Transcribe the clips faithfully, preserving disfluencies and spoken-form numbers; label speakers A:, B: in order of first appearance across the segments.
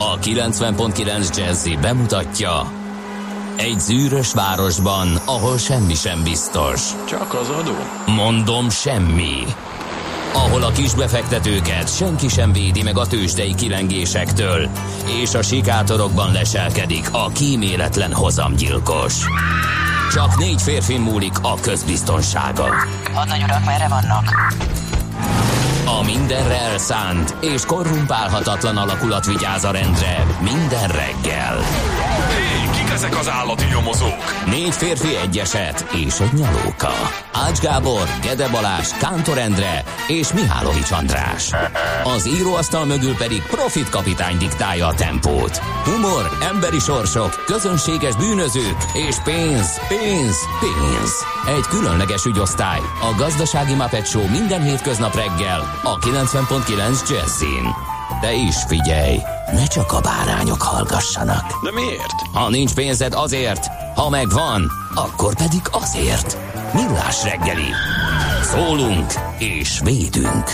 A: A kilencven pont kilenc Jazzy bemutatja: egy zűrös városban, ahol semmi sem biztos.
B: Csak az adó?
A: Mondom, semmi. Ahol a kisbefektetőket senki sem védi meg a tőzsdei kilengésektől, és a sikátorokban leselkedik a kíméletlen hozamgyilkos. Csak négy férfin múlik a közbiztonsága.
C: Hadnagy urak, merre vannak?
A: A mindenre elszánt és korrumpálhatatlan alakulat vigyáz a rendre minden reggel.
B: Hé, kik ezek az állati nyomozók?
A: Négy férfi, egy eset és egy nyalóka. Ács Gábor, Gede Balázs, Kántor Endre és Mihálovics András. Az íróasztal mögül pedig Profit kapitány diktálja a tempót. Humor, emberi sorsok, közönséges bűnözők és pénz, pénz, pénz. Egy különleges ügyosztály, a Gazdasági Muppet Show minden hétköznap reggel a kilencven pont kilenc Jazzin. De is figyelj, ne csak a bárányok hallgassanak.
B: De miért?
A: Ha nincs pénzed, azért, ha megvan, akkor pedig azért. Millás reggeli. Szólunk és védünk.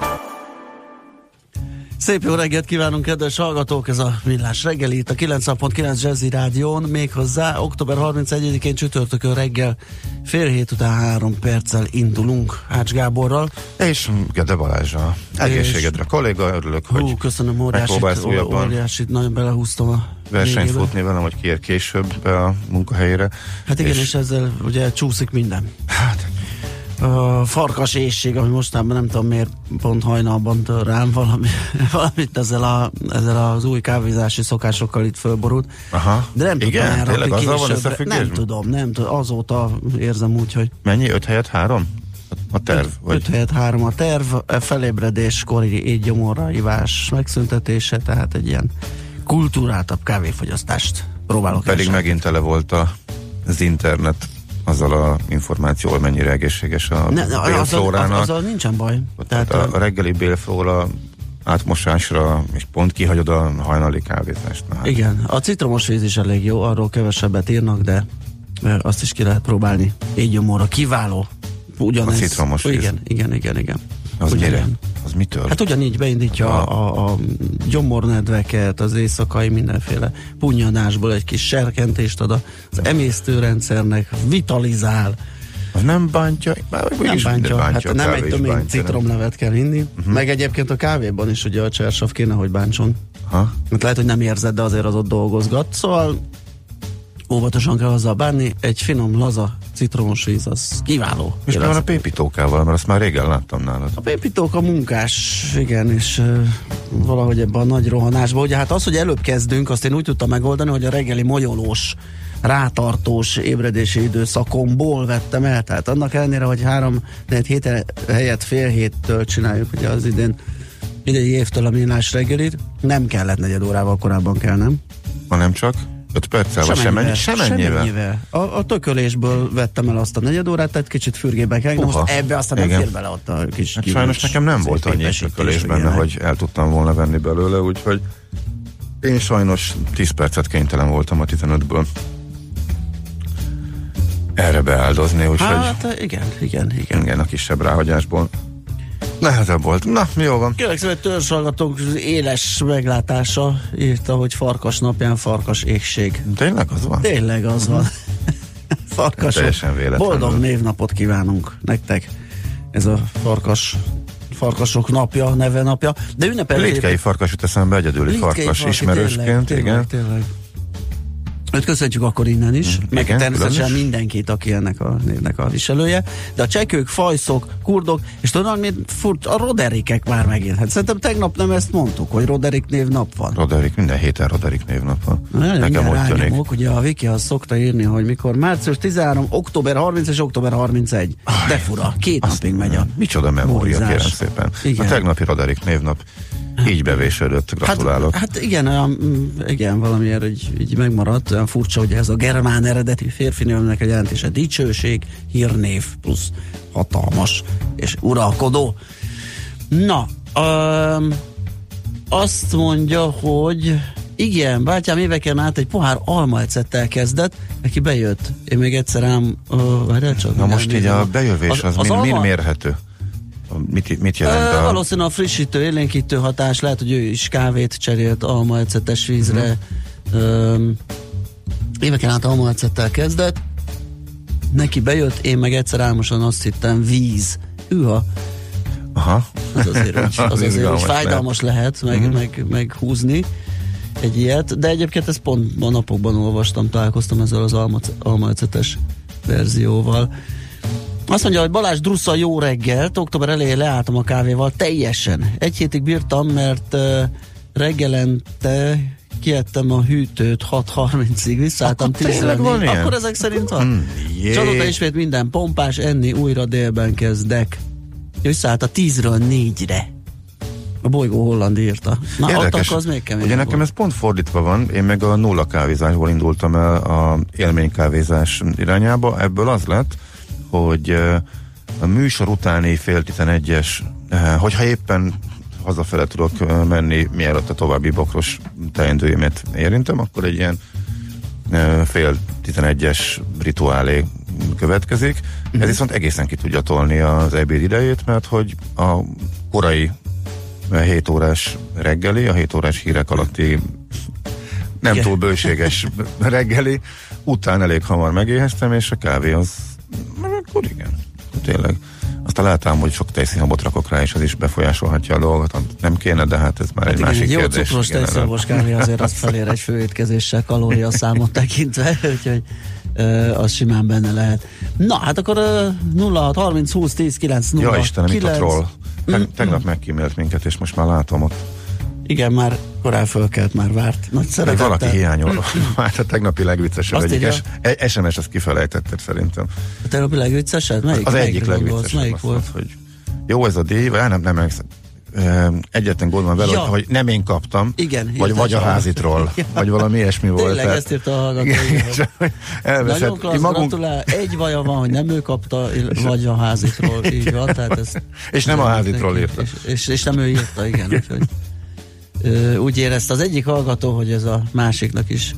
D: Szép jó reggelt kívánunk, kedves hallgatók! Ez a Millás reggeli itt a kilencven pont kilenc Jazzy Rádión, méghozzá október harmincegyedikén csütörtökön reggel fél hét után három perccel indulunk Ács Gáborral.
E: És Gede Balázsral. Egészségedre, kolléga, örülök,
D: hú,
E: hogy
D: köszönöm, óriásit, óriásit, nagyon belehúztam a
E: versenyt
D: végébe.
E: futni velem, hogy kiér később be a munkahelyére.
D: Hát igen, és, és ezzel ugye csúszik minden. Hát a farkas éhség, ami mostában nem tudom miért pont hajnalban tör rám valami, valamit ezzel, a, ezzel az új kávézási szokásokkal itt fölborult.
E: Aha.
D: De nem
E: igen,
D: tudom
E: tényleg azzal van
D: későbbre. Nem tudom, nem tudom, azóta érzem úgy, hogy
E: mennyi? Öt helyett három? A terv?
D: Öt,
E: vagy?
D: öt helyett három a terv, a felébredéskori étgyomorra ivás megszüntetése, tehát egy ilyen kultúráltabb kávéfogyasztást próbálok.
E: Pedig
D: elsőt.
E: megint tele volt a, az internet azzal a információval, mennyire egészséges a
D: ne, ne,
E: bélflórának.
D: azzal, azzal nincsen baj.
E: Tehát a, a reggeli bélflóra átmosásra, és pont kihagyod a hajnali kávézást. Hát.
D: Igen, a citromos víz is elég jó, arról kevesebbet írnak, de azt is ki lehet próbálni. Étgyomorra kiváló. Ugyanez.
E: A citromos víz.
D: Igen, igen, igen, igen.
E: Az
D: ugyan,
E: mire? Az mitől?
D: Hát ugyanígy beindítja a, a, a gyomornedveket, az éjszakai mindenféle punyadásból egy kis serkentést ad az emésztőrendszernek, vitalizál.
E: Az nem bántja?
D: Nem bántja,
E: bántja
D: hát nem egy tömény citromlevet kell inni, uh-huh. meg egyébként a kávéban is ugye a csersav kéne, hogy bántson.
E: Ha?
D: Hát lehet, hogy nem érzed, de azért az ott dolgozgat, szóval óvatosan kell azzal bánni, egy finom, laza citromos víz, az kiváló.
E: És mi van a pépitókával, mert azt már régen láttam nálad.
D: A pépitók a munkás, igen, és uh, valahogy ebben a nagy rohanásban, ugye hát az, hogy előbb kezdünk, azt én úgy tudtam megoldani, hogy a reggeli molyolós, rátartós ébredési időszakomból vettem el, tehát annak ellenére, hogy három négy hét helyett fél héttől csináljuk, ugye az idén idei évtől a Millás reggelit, nem kellett negyed órával korábban kell, nem?
E: Hanem csak öt perccel, vagy semennyivel?
D: Semennyivel. A, a tökölésből vettem el azt a negyed órát, tehát kicsit fürgébe kell. Most ebbe aztán nem fér bele ott a kis...
E: Hát sajnos nekem nem volt annyi tökölés benne, hogy el tudtam volna venni belőle, úgyhogy én sajnos tíz percet kénytelen voltam a tizenötből erre beáldozni, úgyhogy...
D: Hát igen, igen, igen.
E: Igen, a kisebb ráhagyásból nehezebb volt. Na, jó van.
D: Kérlek szépen, törzshallgatók éles meglátása írta, hogy farkas napján farkas éhség.
E: Tényleg az van?
D: Tényleg az van. Farkasok.
E: Teljesen véletlenül.
D: Boldog névnapot kívánunk nektek. Ez a farkas farkasok napja, neve napja. De ünnepelték...
E: Litkei farkas jut eszembe, egyedüli
D: Litkei
E: farkas
D: farkas,
E: ismerősként,
D: tényleg,
E: igen.
D: Tényleg, tényleg. Őt köszöntjük akkor innen is, mm, meg
E: igen,
D: természetesen
E: különös.
D: mindenkit, aki ennek a névnek a viselője, de a csekők, fajszok, kurdok, és tudod, mit furt, a roderikek már megint. Hát szerintem tegnap nem ezt mondtuk, hogy Roderik névnap van.
E: Roderik, minden héten Roderik névnap van.
D: Na,
E: nekem úgy tűnik.
D: Rányomok, ugye a Viki az szokta írni, hogy mikor március tizenharmadika, október harmincadika és október harmincegy. De fura, két
E: Azt
D: napig megy a
E: micsoda memória,
D: morizás.
E: kérem szépen.
D: Igen.
E: A tegnapi Roderik névnap így bevésődött, gratulálok.
D: Hát, hát igen, olyan, igen, valamiért így, így megmaradt, olyan furcsa, hogy ez a germán eredeti férfinőmnek egy jelentése dicsőség, hírnév plusz hatalmas és uralkodó. Na, um, azt mondja, hogy igen, bátyám éveken át egy pohár almaecettel kezdett, neki bejött. Én még egyszer ám, uh, várjál csak.
E: Na most így a bejövés az, az, az mind,
D: alma...
E: mind mérhető? mit, mit jelent
D: Ö,
E: a...
D: Valószínűleg a frissítő, élénkítő hatás, lehet, hogy ő is kávét cserélt almaecetes vízre. Hmm. Ö, éveken át almaecettel kezdett, neki bejött, én meg egyszer álmosan azt hittem, víz. Hűha.
E: Aha.
D: Az azért, az
E: az
D: azért úgy fájdalmas lehet, lehet meg,
E: uh-huh.
D: meg, meg húzni egy ilyet, de egyébként ezt pont a napokban olvastam, találkoztam ezzel az almaecetes verzióval. Azt mondja, hogy Balázs Drusza, jó reggelt, október elején leálltam a kávéval teljesen. Egy hétig bírtam, mert uh, reggelente kiettem a hűtőt hat harmincig, visszaálltam tízre. Akkor ezek szerint van? Mm, yeah. Csodóta ismét minden pompás, enni újra délben kezdek. Visszaállt a tízről négyre. A Bolygó Holland írta. Na,
E: érdekes.
D: Az még kemény.
E: Ugye nekem ez pont fordítva van, én meg a nulla kávézásból indultam el a élménykávézás irányába. Ebből az lett, hogy a műsor utáni fél tizenegyes, hogyha éppen hazafele tudok menni, mielőtt a további bokros teendőimet érintem, akkor egy ilyen fél tizenegyes rituálé következik. Uh-huh. Ez viszont egészen ki tudja tolni az ebéd idejét, mert hogy a korai hét órás reggeli, a hét órás hírek alatti nem Igen. túl bőséges reggeli, után elég hamar megéheztem, és a kávé az akkor igen, tényleg. Aztán lehet ám, hogy sok tejszínhabot rakok rá, és az is befolyásolhatja a dolgot. Nem kéne, de hát ez már hát egy igen, másik
D: egy
E: kérdés.
D: Jó cukros tejszínhabos kávé azért az felér egy főétkezéssel, kalóriaszámot tekintve, úgyhogy uh, az simán benne lehet. Na, hát akkor uh, nulla hat harminc húsz tíz kilenc nulla
E: Ja Istenem, itt a troll. Te- tegnap megkímélt minket, és most már látom ott.
D: Igen, már korán fölkelt, már várt. Nagy szeretettel.
E: Valaki hiányol. Már a tegnapi legviccesebb egyik es- es em es, azt kifelejtetted szerintem.
D: A tegnapi legviccesebb? Melyik?
E: Az
D: melyik
E: egyik legviccesebb.
D: Melyik volt?
E: Az, hogy jó ez a díj, vagy nem, nem emlékszem. Egyetlen gond van vele, ja. hogy, hogy nem én kaptam,
D: igen,
E: vagy, vagy a házitról, ja. vagy valami ilyesmi volt.
D: Tényleg ezt írta a hallgató. Nagyon klassz, magunk... gratulál. Egy vaja van, hogy nem ő kapta, vagy a házitról. Így van, tehát ez
E: és nem a házitról írta.
D: És, és, és nem ő írta, igen. Úgyhogy, ö, úgy érezte az egyik hallgató, hogy ez a másiknak is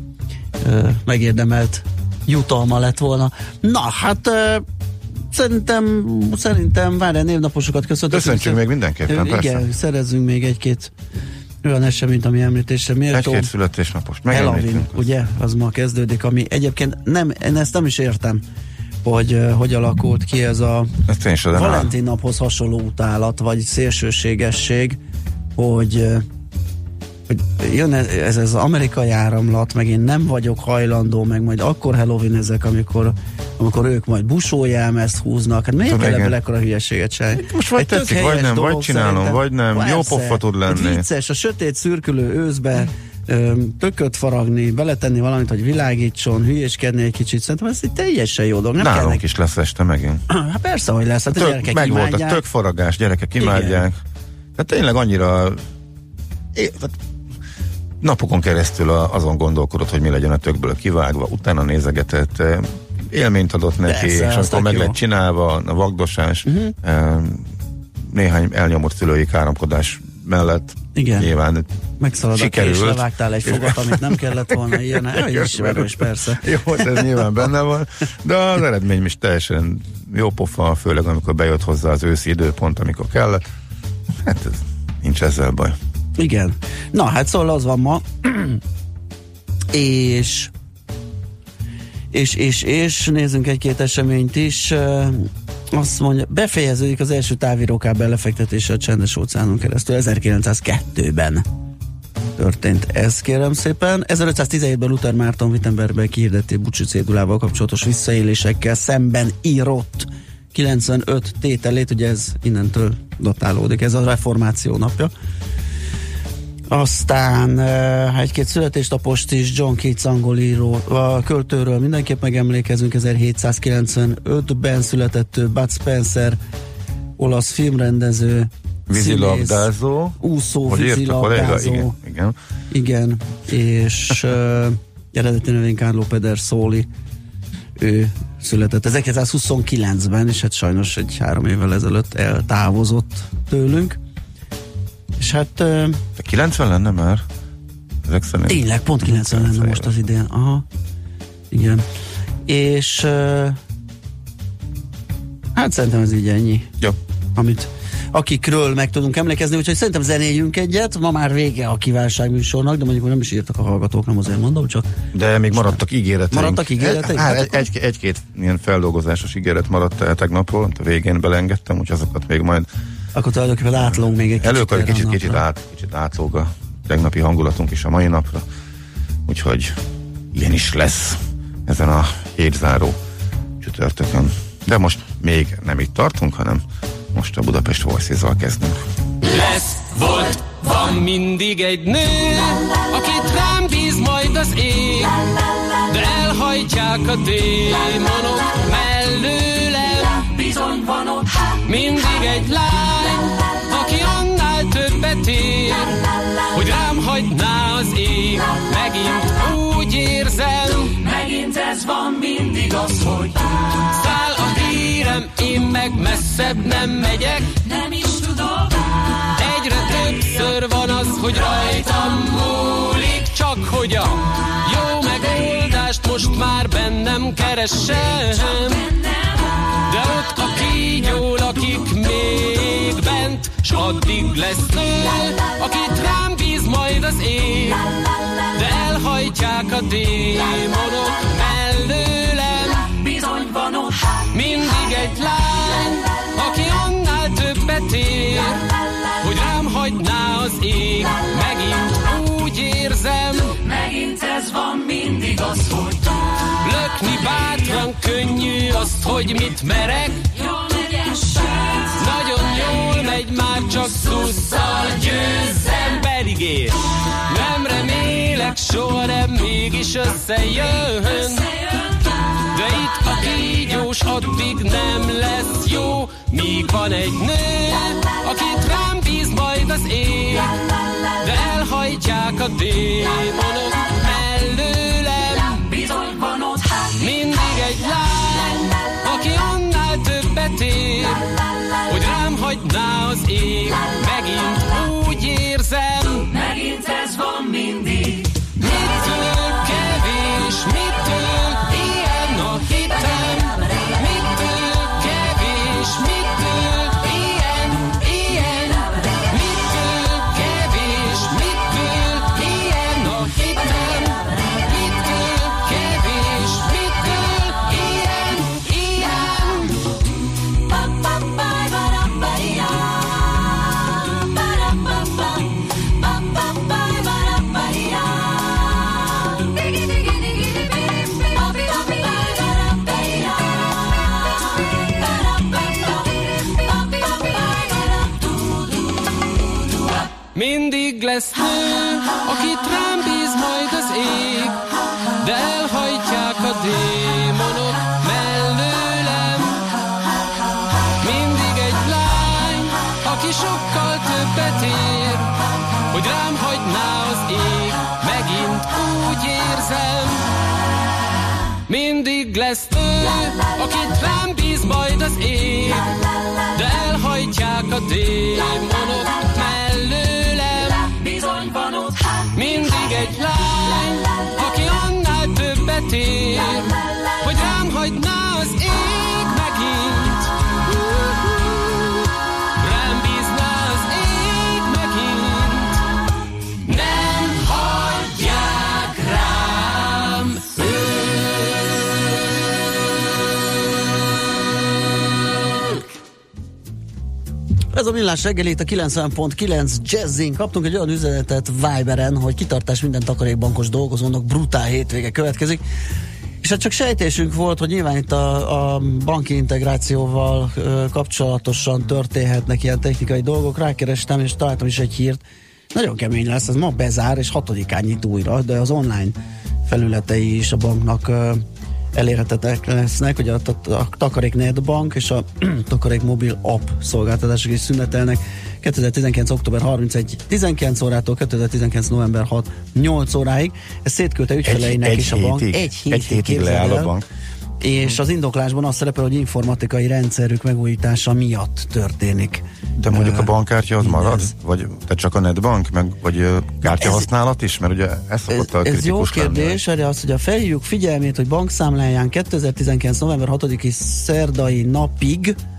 D: ö, megérdemelt jutalma lett volna. Na, hát ö, Szerintem, szerintem, várjál, névnaposokat köszöntök.
E: Köszöntsünk még mindenképpen,
D: igen, persze. Szerezzünk még egy-két olyan eseményt, ami említésre méltó.
E: Egy-két születésnapos.
D: Halloween, ugye, az ma kezdődik, ami egyébként nem, én ezt nem is értem, hogy uh, hogy alakult ki ez a Valentin naphoz hasonló utálat, vagy szélsőségesség, hogy uh, hogy jön ez az amerikai áramlat, meg én nem vagyok hajlandó, meg majd akkor Halloween ezek, amikor, amikor ők majd busójelmezt húznak. Hát miért kell ebből ekkora hülyeséget csinálni?
E: Most vagy tetszik, vagy nem, vagy csinálom, vagy nem. Persze, jó poffa tud lenni.
D: Hát vicces, a sötét szürkülő őszbe öm, tököt faragni, beletenni valamit, hogy világítson, hülyéskedni egy kicsit. Szerintem ez egy teljesen jó dolog. Nem
E: nálunk
D: kellnek...
E: is lesz este megint.
D: Hát persze, hogy lesz. Hát a gyerekek
E: meg
D: imádják.
E: volt a tökfaragás, gyerekek imádják. Tehát tényleg annyira... É, napokon keresztül azon gondolkodott, hogy mi legyen a tökből kivágva, utána nézegetett, élményt adott neki, persze, és akkor meg jó. lett csinálva a vagdosás, uh-huh. néhány elnyomott szülői káromkodás mellett.
D: Igen.
E: Nyilván
D: megszalad a kés, levágtál egy fogat, amit nem kellett volna, ilyen, ismerős, persze.
E: Jó, ez nyilván benne van, de az eredmény is teljesen jó pofa, főleg amikor bejött hozzá az őszi időpont, amikor kellett. Hát ez, nincs ezzel baj.
D: Igen. Na, hát szóval az van ma, és és, és, és nézzünk egy-két eseményt is. Azt mondja, befejeződik az első távírókábel lefektetése a Csendes-óceánon keresztül ezerkilencszázkettőben történt ez, kérem szépen. ezerötszáztizenhétben Luther Márton Wittenbergben kihirdették búcsú cédulával kapcsolatos visszaélésekkel szemben írott kilencvenöt tételét, ugye ez innentől datálódik, ez a reformáció napja. Aztán egy-két születésnapost is, John Keats angol író, a költőről mindenképp megemlékezünk, ezerhétszázkilencvenötben született Bud Spencer, olasz filmrendező,
E: vízilabdázó,
D: úszó, vízilabdázó, igen,
E: igen.
D: igen, és uh, eredeti nevén Carlo Pedersoli, ő született ezerkilencszázhuszonkilencben, és hát sajnos egy három évvel ezelőtt eltávozott tőlünk. És hát... Uh,
E: De kilencven lenne már? Ezek szerint?
D: Tényleg, pont kilencven lenne most az idén. Aha. Igen. És uh, hát szerintem ez így ennyi.
E: Jó.
D: amit akikről meg tudunk emlékezni, úgyhogy szerintem zenéljünk egyet, ma már vége a kívánság műsornak, de mondjuk nem is írtak a hallgatók, nem azért mondom, csak...
E: De még maradtak ígéreteink.
D: Maradtak ígéreteink?
E: Hát, egy, egy, egy-két ilyen feldolgozásos ígéret maradt el tegnapról, a végén belengedtem, úgyhogy azokat még majd...
D: Akkor tulajdonképpen átlógunk még egy kicsit.
E: Előkar kicsit, kicsit, át, kicsit átlóg a tegnapi hangulatunk is a mai napra, úgyhogy ilyen is lesz ezen a hétzáró csütörtökön. De most még nem itt tartunk, hanem most a Budapest Voices-zal kezdünk.
F: Lesz, volt, van mindig egy nő, akit rám bíz majd az ég, de elhajtják a démonok mellőlem. Bizony van ott mindig egy lány, aki annál többet ér, hogy rám hagyná az ég. Megint úgy érzem, megint ez van mindig az, hogy száll a hírem, én meg messzebb nem megyek, nem is tudok. Egyre többször van az, hogy rajtam múlik, csak hogy a jó megoldást most már bennem keresem. De ott a kígyó lakik még bent, s addig lesz nő, akit rám bíz majd az ég, de elhajtják a démonok mellőlem. Bizony van ott mindig egy lány, aki annál többet ér, hogy rám hagyná az ég. Megint úgy érzem, megint ez van mindig az, hogy lökni bátran könnyű, azt, hogy mit merek. Jól megessed, nagyon jól megy, már csak szusszal győzzem, pedig én nem remélek, soha nem, mégis összejön. De itt a kígyós addig nem lesz jó, míg van egy nő, akit rám bíz majd az ég, de elhajtják a démonok mellőlem. Bizony van ott mindig egy lány, aki annál többet ér, hogy rám hagyná az ég. Megint úgy érzem, megint ez van mindig. Mitől kevés, mitől ilyen a hitem, mitől kevés, mitől ilyen, ilyen, mitől kevés, mitől ilyen a hitem, mitől kevés, mitől ilyen, ilyen. Mindig lesz nő, akit rám bíz majd az ég, de elhajtják a démonok mellőlem. Mindig egy lány, aki sokkal többet ér, hogy rám hagyná az ég. Megint úgy érzem, mindig lesz nő, akit rám bíz majd az ég, de elhajtják a démonok mellőlem. Bizony van ott mindig egy lány, aki annál többet ér, hogy rám hagyná az ég megint. Rám bízná az ég megint. Nem hagyják rám ők.
D: Ez a Millás reggel itt a kilencven pont kilenc Jazzin. Kaptunk egy olyan üzenetet Viberen, hogy kitartás minden takarékbankos dolgozónak, brutál hétvége következik. És hát csak sejtésünk volt, hogy nyilván itt a, a banki integrációval ö, kapcsolatosan történhetnek ilyen technikai dolgok. Rákerestem, és találtam is egy hírt. Nagyon kemény lesz, ez ma bezár, és hatodikán nyit újra, de az online felületei is a banknak ö, elérhetetlenek lesznek, hogy a, a, a Takarék Netbank és a Takarék mobil app szolgáltatások is szünetelnek kétezer-tizenkilenc. október harmincegyedike tizenkilenc órától kétezer-tizenkilenc. november hatodika nyolc óráig. Ez szétküldte ügyfeleinek
E: egy,
D: is a bank.
E: Hétig,
D: egy hétig,
E: egy hétig leáll a bank.
D: És az indoklásban az szerepel, hogy informatikai rendszerük megújítása miatt történik.
E: De mondjuk a bankkártya az marad?
D: Ez.
E: Vagy te csak a netbank? Meg, vagy kártyahasználat is? Mert ugye ez szokott a kritikus
D: Ez jó kérdés, erre az, hogy a felhívjuk figyelmét, hogy bankszámláján kétezer-tizenkilenc. november hatodika szerdai napig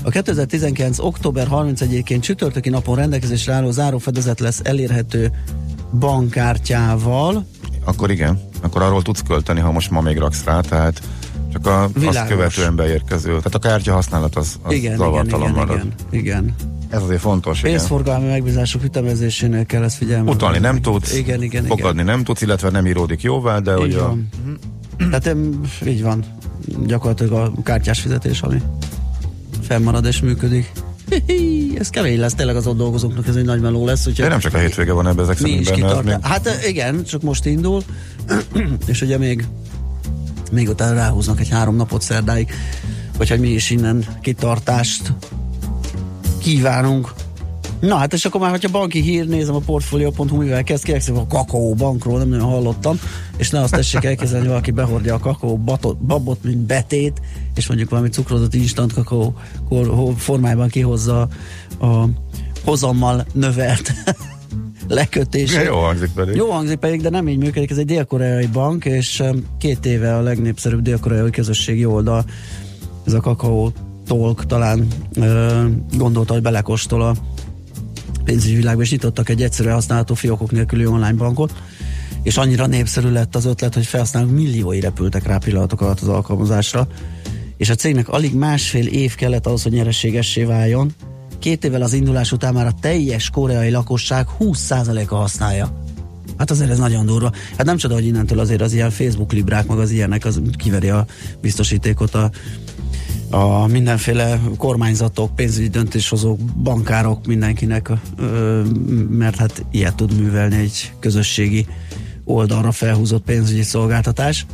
D: A kétezer-tizenkilenc. október harmincegyedikén csütörtöki napon rendelkezésre álló zárófedezet lesz elérhető bankkártyával.
E: Akkor igen, akkor arról tudsz költeni, ha most ma még raksz rá, tehát csak a, azt követően beérkező. Tehát a kártya használat az, az
D: igen,
E: zavartalan
D: igen,
E: marad.
D: Igen, igen.
E: Ez azért fontos, igen.
D: Pénzforgalmi megbízások ütemezésénél kell ezt figyelni.
E: Utalni nem tudsz,
D: igen, igen,
E: fogadni
D: igen.
E: nem tudsz, illetve nem íródik jóvá, de
D: így
E: ugye...
D: Van. Tehát em, így van. Gyakorlatilag a kártyás fizetés, ami fennmarad és működik. Ez kemény lesz, tényleg az ott dolgozóknak ez egy nagy meló lesz.
E: De nem csak a hétvége van ebben ezek szerint benne.
D: Még... Hát igen, csak most indul, és ugye még még utána ráhúznak egy három napot szerdáig, vagy hogy mi is innen kitartást kívánunk. Na hát és akkor már, hogyha banki hír, nézem a portfolio pont hu, mivel kezd, kérlek szépen a Kakaó Bankról, nem nagyon hallottam, és ne azt tessék elképzelni, hogy valaki behordja a kakaó batot, babot, mint betét, és mondjuk valami cukrozott instant kakaó formájában kihozza a hozammal növelt lekötés.
E: Jó hangzik pedig.
D: Jó hangzik pedig, de nem így működik. Ez egy dél-koreai bank, és két éve a legnépszerűbb dél-koreai közösségi oldal. Ez a Kakaó Talk talán ö, gondolta, hogy belekóstol a pénzügyi világba, és nyitottak egy egyszerűen használható fiókok nélküli online bankot, és annyira népszerű lett az ötlet, hogy felhasználók milliói repültek rá pillanatok alatt az alkalmazásra, és a cégnek alig másfél év kellett ahhoz, hogy nyereségessé váljon. Két évvel az indulás után már a teljes koreai lakosság húsz százaléka használja. Hát azért ez nagyon durva. Hát nem csoda, hogy innentől azért az ilyen Facebook librák, meg az ilyenek, az kiveri a biztosítékot a, a mindenféle kormányzatok, pénzügyi döntéshozók, bankárok, mindenkinek, ö, mert hát ilyet tud művelni egy közösségi oldalra felhúzott pénzügyi szolgáltatás.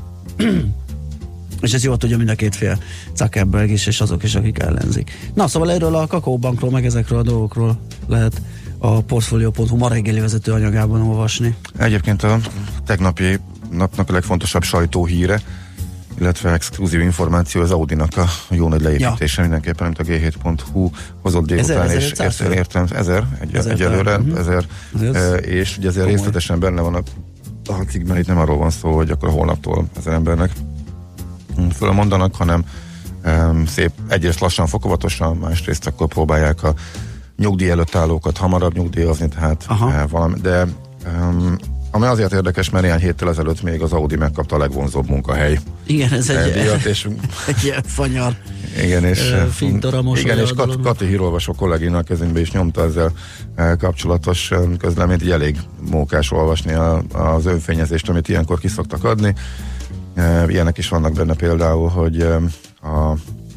D: És ez jól tudja mind a két fél, Zuckerberg is, és azok is, akik ellenzik. Na, szóval erről a Kakaó Bankról, meg ezekről a dolgokról lehet a portfolio pont hu ma reggeli vezető anyagában olvasni.
E: Egyébként a tegnapi napnak a legfontosabb sajtóhíre, illetve exkluzív információ az Audinak a jó nagy leépítése, ja. Mindenképpen, mint a gé hét pont hu hozott délután, és ezt értem, ezer, egy, ezer egyelőre, uh-huh. ezer, e, és ugye ezért részletesen benne van a, a cikkben, itt nem arról van szó, hogy akkor holnaptól ezer embernek fölmondanak, hanem um, szép, egyrészt lassan, fokozatosan, másrészt akkor próbálják a nyugdíj előtt állókat hamarabb nyugdíjazni, tehát uh, valami, de um, ami azért érdekes, mert ilyen héttel ezelőtt még az Audi megkapta a legvonzóbb munkahely.
D: Igen, ez egy,
E: díjat, és,
D: egy ilyen fanyar
E: igen, és,
D: fintoramos.
E: Igen, és Kat, Kati hírolvasó kolléginak kezünkbe is nyomta ezzel kapcsolatos közleményt, így elég mókás olvasni a, az önfényezést, amit ilyenkor ki szoktak adni. Ilyenek is vannak benne például, hogy a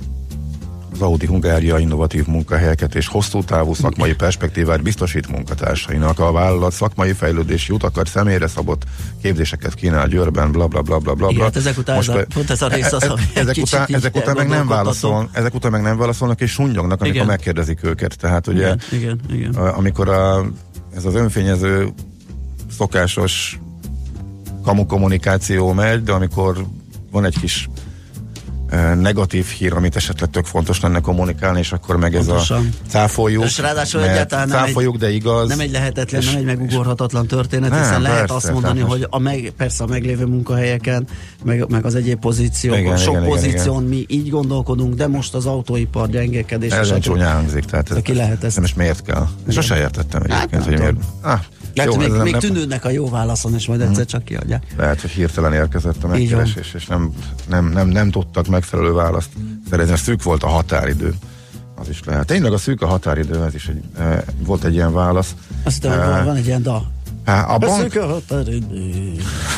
E: az Audi Hungária innovatív munkahelyeket és hosszú távú szakmai perspektívát biztosít munkatársainak. A vállalat szakmai fejlődési utakat, személyre szabott képzéseket kínál Győrben, bla bla bla bla bla.
D: Igen, hát ezek után Most ez a, pont ez a rész az, ami
E: ezek után, ezek után meg nem válaszol, ezek után meg nem válaszolnak és sunnyognak, amikor igen. megkérdezik őket. Tehát ugye,
D: igen, igen, igen.
E: amikor a, ez az önfényező szokásos kamu kommunikáció megy, de amikor van egy kis negatív hír, amit esetleg tök fontos lenne kommunikálni, és akkor meg ez Pontosan. a cáfoljuk.
D: És ráadásul egyáltalán nem
E: cáfoljuk,
D: egy,
E: de igaz.
D: Nem egy lehetetlen, nem egy megugorhatatlan történet, nem, hiszen lehet persze, azt mondani, hogy a meg, persze a meglévő munkahelyeken, meg, meg az egyéb pozíciókon, igen, sok igen, pozíción igen, mi így gondolkodunk, de most az autóipar gyengélkedés.
E: Ez egy csúnya hangzik, tehát ez,
D: ki lehet ezt.
E: most miért kell? Sose értettem egyébként, hát, hogy miért. Ah,
D: lehet, jó, még, még tűnődnek a jó válaszon, és majd egyszer csak kiadják.
E: Lehet, hogy hirtelen érkezett a megkeresés, és nem, nem, nem, nem tudtak megfelelő választ szerezni. Szűk volt a határidő. Az is lehet. Tényleg a szűk a határidő, ez is egy, e, volt egy ilyen válasz.
D: Azt hiszem, e, van egy ilyen da.
E: A, bank...
D: a szűk a határidő.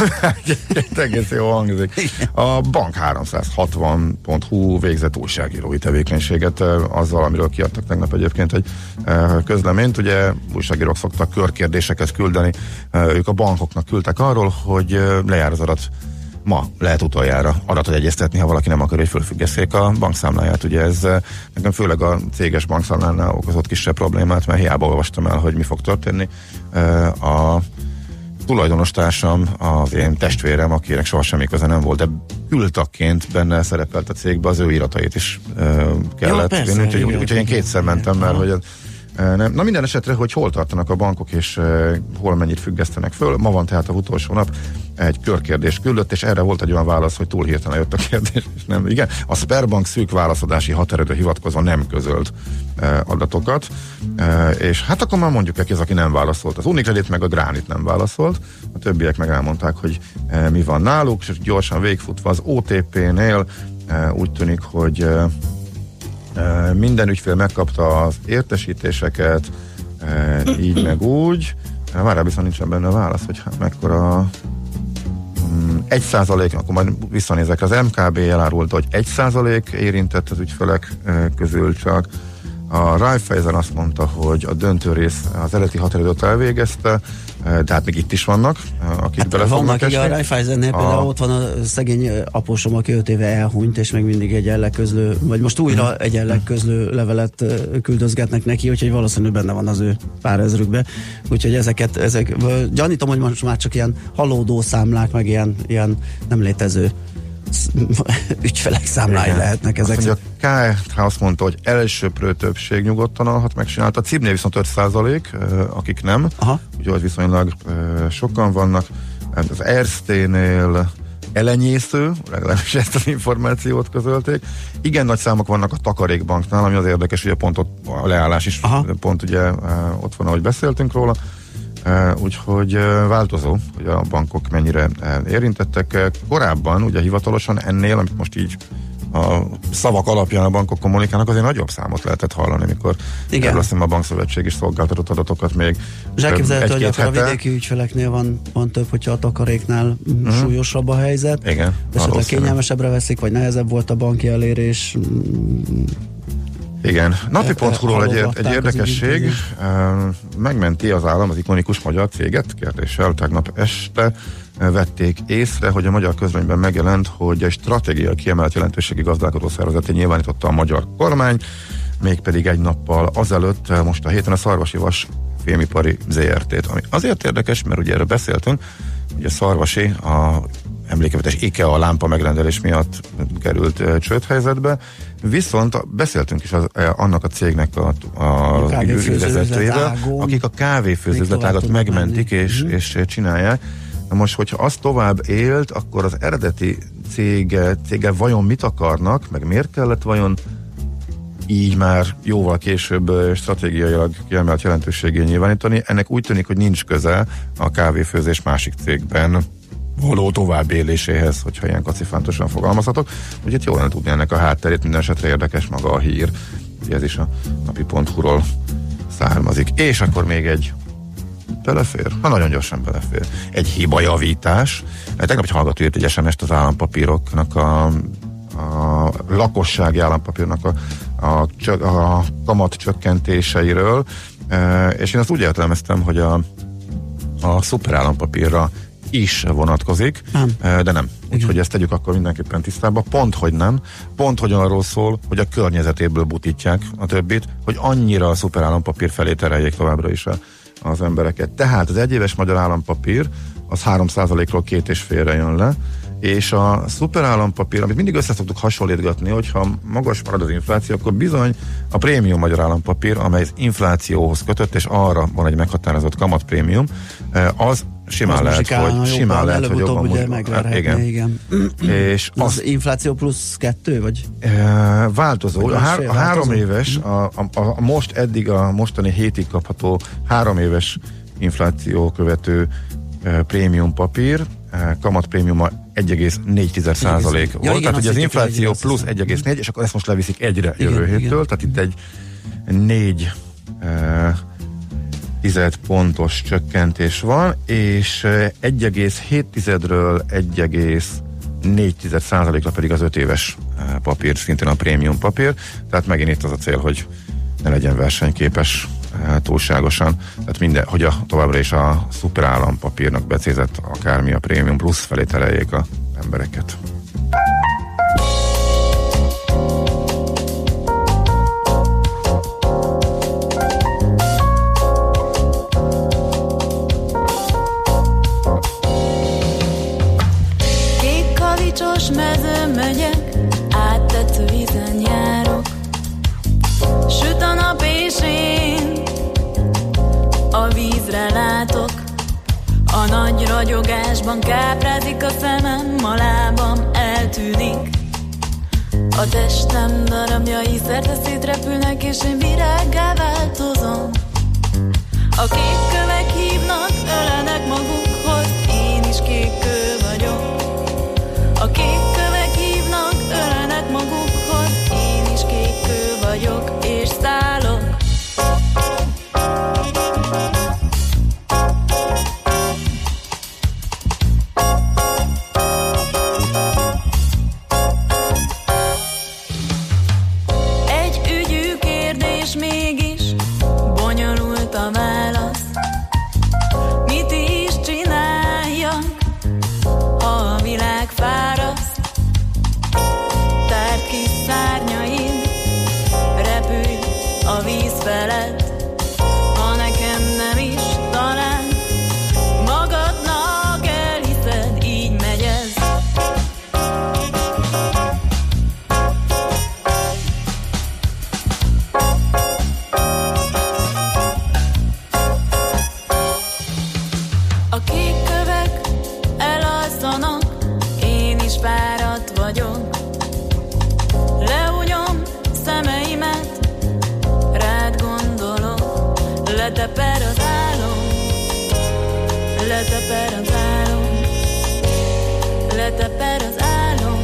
E: Egész jó hangzik. A bank háromszázhatvan pont hu végzett újságírói tevékenységet, azzal, amiről kiadtak tegnap egyébként egy közleményt. Ugye újságírók szoktak körkérdéseket küldeni, ők a bankoknak küldtek arról, hogy lejár az adat. Ma lehet utoljára adatot egyeztetni, ha valaki nem akar, hogy fölfüggesszék a bankszámláját. Ugye ez nekem főleg a céges bankszámlánál okozott kisebb problémát, mert hiába olvastam el, hogy mi fog történni. A tulajdonostársam, az én testvérem, akinek soha semmi köze nem volt, de kültagként benne szerepelt a cégbe, az ő iratait is kellett. Jó, persze, úgyhogy úgy, úgy, én kétszer mentem, mert hogy nem. Na minden esetre, hogy hol tartanak a bankok, és uh, hol mennyit függesztenek föl. Ma van tehát a utolsó nap. egy körkérdést küldött, és erre volt egy olyan válasz, hogy túl hirtelen jött a kérdés, és nem, igen. A Sberbank szűk válaszadási határidőre hivatkozva nem közölt e, adatokat, e, és hát akkor már mondjuk neki, az, aki nem válaszolt. Az Unicredit meg a Granit nem válaszolt, a többiek meg elmondták, hogy e, mi van náluk, és gyorsan végigfutva az o té pé-nél e, úgy tűnik, hogy e, e, minden ügyfél megkapta az értesítéseket, e, így meg úgy. Várjál, viszont nincsen benne a válasz, hogy hát mekkora egy százalék, akkor majd visszanézek, az em ká bé elárulta, hogy egy százalék érintett az ügyfelek közül csak. A Raiffeisen azt mondta, hogy a döntő rész az eredeti határidőt elvégezte, de hát még itt is vannak, akik hát bele fognak esni.
D: A Raiffeisennél a... például ott van a szegény apósom, aki öt éve elhunyt, és még mindig egy ellegközlő, vagy most újra hmm. egy ellegközlő levelet küldözgetnek neki, úgyhogy valószínűleg benne van az ő pár ezrükbe. Úgyhogy ezeket, ezek, gyanítom, hogy most már csak ilyen halódó számlák, meg ilyen, ilyen nem létező ügyfelek számlái igen. lehetnek ezek.
E: Azt, a ká ef há azt mondta, hogy elsőprő többség nyugodtan alhat, megcsinálta. A cibnél viszont öt százalék, akik nem. Aha. Úgyhogy viszonylag sokan vannak. Az Erste-nél elenyésző, legalábbis ezt az információt közölték. Igen nagy számok vannak a Takarékbanknál, ami az érdekes, hogy a pont ott, a leállás is Aha. pont ugye ott van, ahogy beszéltünk róla. Uh, úgyhogy uh, változó, hogy a bankok mennyire uh, érintettek. Korábban, ugye hivatalosan ennél, amit most így a szavak alapján a bankok kommunikálnak, azért nagyobb számot lehetett hallani, mikor erről azt hiszem a Bankszövetség is szolgáltatott adatokat még.
D: És elképzelhető, hogy akkor a vidéki ügyfeleknél van, van több, hogyha a takaréknál mm. súlyosabb a helyzet.
E: Igen.
D: Esetleg kényelmesebbre veszik, vagy nehezebb volt a banki elérés.
E: Igen, napi pont hu-ról egy, egy érdekesség, megmenti az állam az ikonikus magyar céget, kérdéssel tegnap este vették észre, hogy a magyar közlönyben megjelent, hogy egy stratégiai kiemelt jelentőségi gazdálkodó szervezeté nyilvánította a magyar kormány, mégpedig egy nappal azelőtt, most a héten a Szarvasi Vas Fémipari zé er té-t, ami azért érdekes, mert ugye erről beszéltünk, ugye Szarvasi a emlékevetes IKEA lámpa megrendelés miatt került uh, csődhelyzetbe, viszont beszéltünk is az, uh, annak a cégnek a, a ügyvezetőjével, akik a kávéfőzőzletágat megmentik és, mm-hmm. és csinálják. Na most, hogyha az tovább élt, akkor az eredeti cége, cége vajon mit akarnak, meg miért kellett vajon így már jóval később stratégiailag kiemelt jelentőségé nyilvánítani. Ennek úgy tűnik, hogy nincs köze a kávéfőzés másik cégben való továbbéléséhez, hogyha ilyen kacifántosan fogalmazhatok. Úgyhogy jól lenne tudni ennek a hátterét, minden esetre érdekes maga a hír. Ez is a napi pont hu-ról származik. És akkor még egy belefér? Na, nagyon gyorsan belefér. Egy hibajavítás. Tegnap egy hallgató írt egy es em est az állampapíroknak a, a lakossági állampapírnak a, a, a kamat csökkentéseiről, e, és én azt úgy értelmeztem, hogy a, a szuperállampapírra is vonatkozik, nem. de nem. Úgyhogy ezt tegyük akkor mindenképpen tisztába. Pont, hogy nem. Pont, hogy arról szól, hogy a környezetéből butítják a többit, hogy annyira a szuperállampapír felé tereljék továbbra is a, az embereket. Tehát az egyéves magyar állampapír az három százalékról két és félre jön le, és a szuperállampapír, amit mindig össze szoktuk hasonlítgatni, hogyha magas marad az infláció, akkor bizony a prémium magyar állampapír, amely az inflációhoz kötött, és arra van egy meghatározott kamatprémium, az simán az lehet, hogy jobban, simán lehet, hogy jobban
D: ugye megverhetné, igen. igen. És az, az infláció plusz kettő, vagy?
E: E, változó. Vagy a, há, a három éves, a, a, a most eddig a mostani hétig kapható három éves infláció követő e, prémium papír, e, kamatprémiuma egy egész négy százalék volt. Ja, igen, tehát ugye az infláció plusz egy egész négy, és akkor ezt most leviszik egyre igen, jövő héttől, tehát itt egy négy e, tized pontos csökkentés van, és egy egész hét tizedről egy egész négy százalékra pedig az öt éves papír, szintén a prémium papír, tehát megint itt az a cél, hogy ne legyen versenyképes túlságosan, tehát minden, hogy a, továbbra is a szuperállampapírnak becézett akármi a prémium plusz felé tereljék az embereket.
G: Mezőn megyek, áttető vízen járok, süt a nap és én a vízre látok, a nagy ragyogásban Álmomban káprázik a szemem, a lábam eltűnik. A testem darabjai szerte szétrepülnek, és én virággá változom. A kék kövek hívnak, ölelnek magukhoz, én is kék kő vagyok. A kék kövek hívnak, ölelnek magukhoz, én is kék kő vagyok, és szállok. Leteper az álom, leteper az álom, leteper az álom,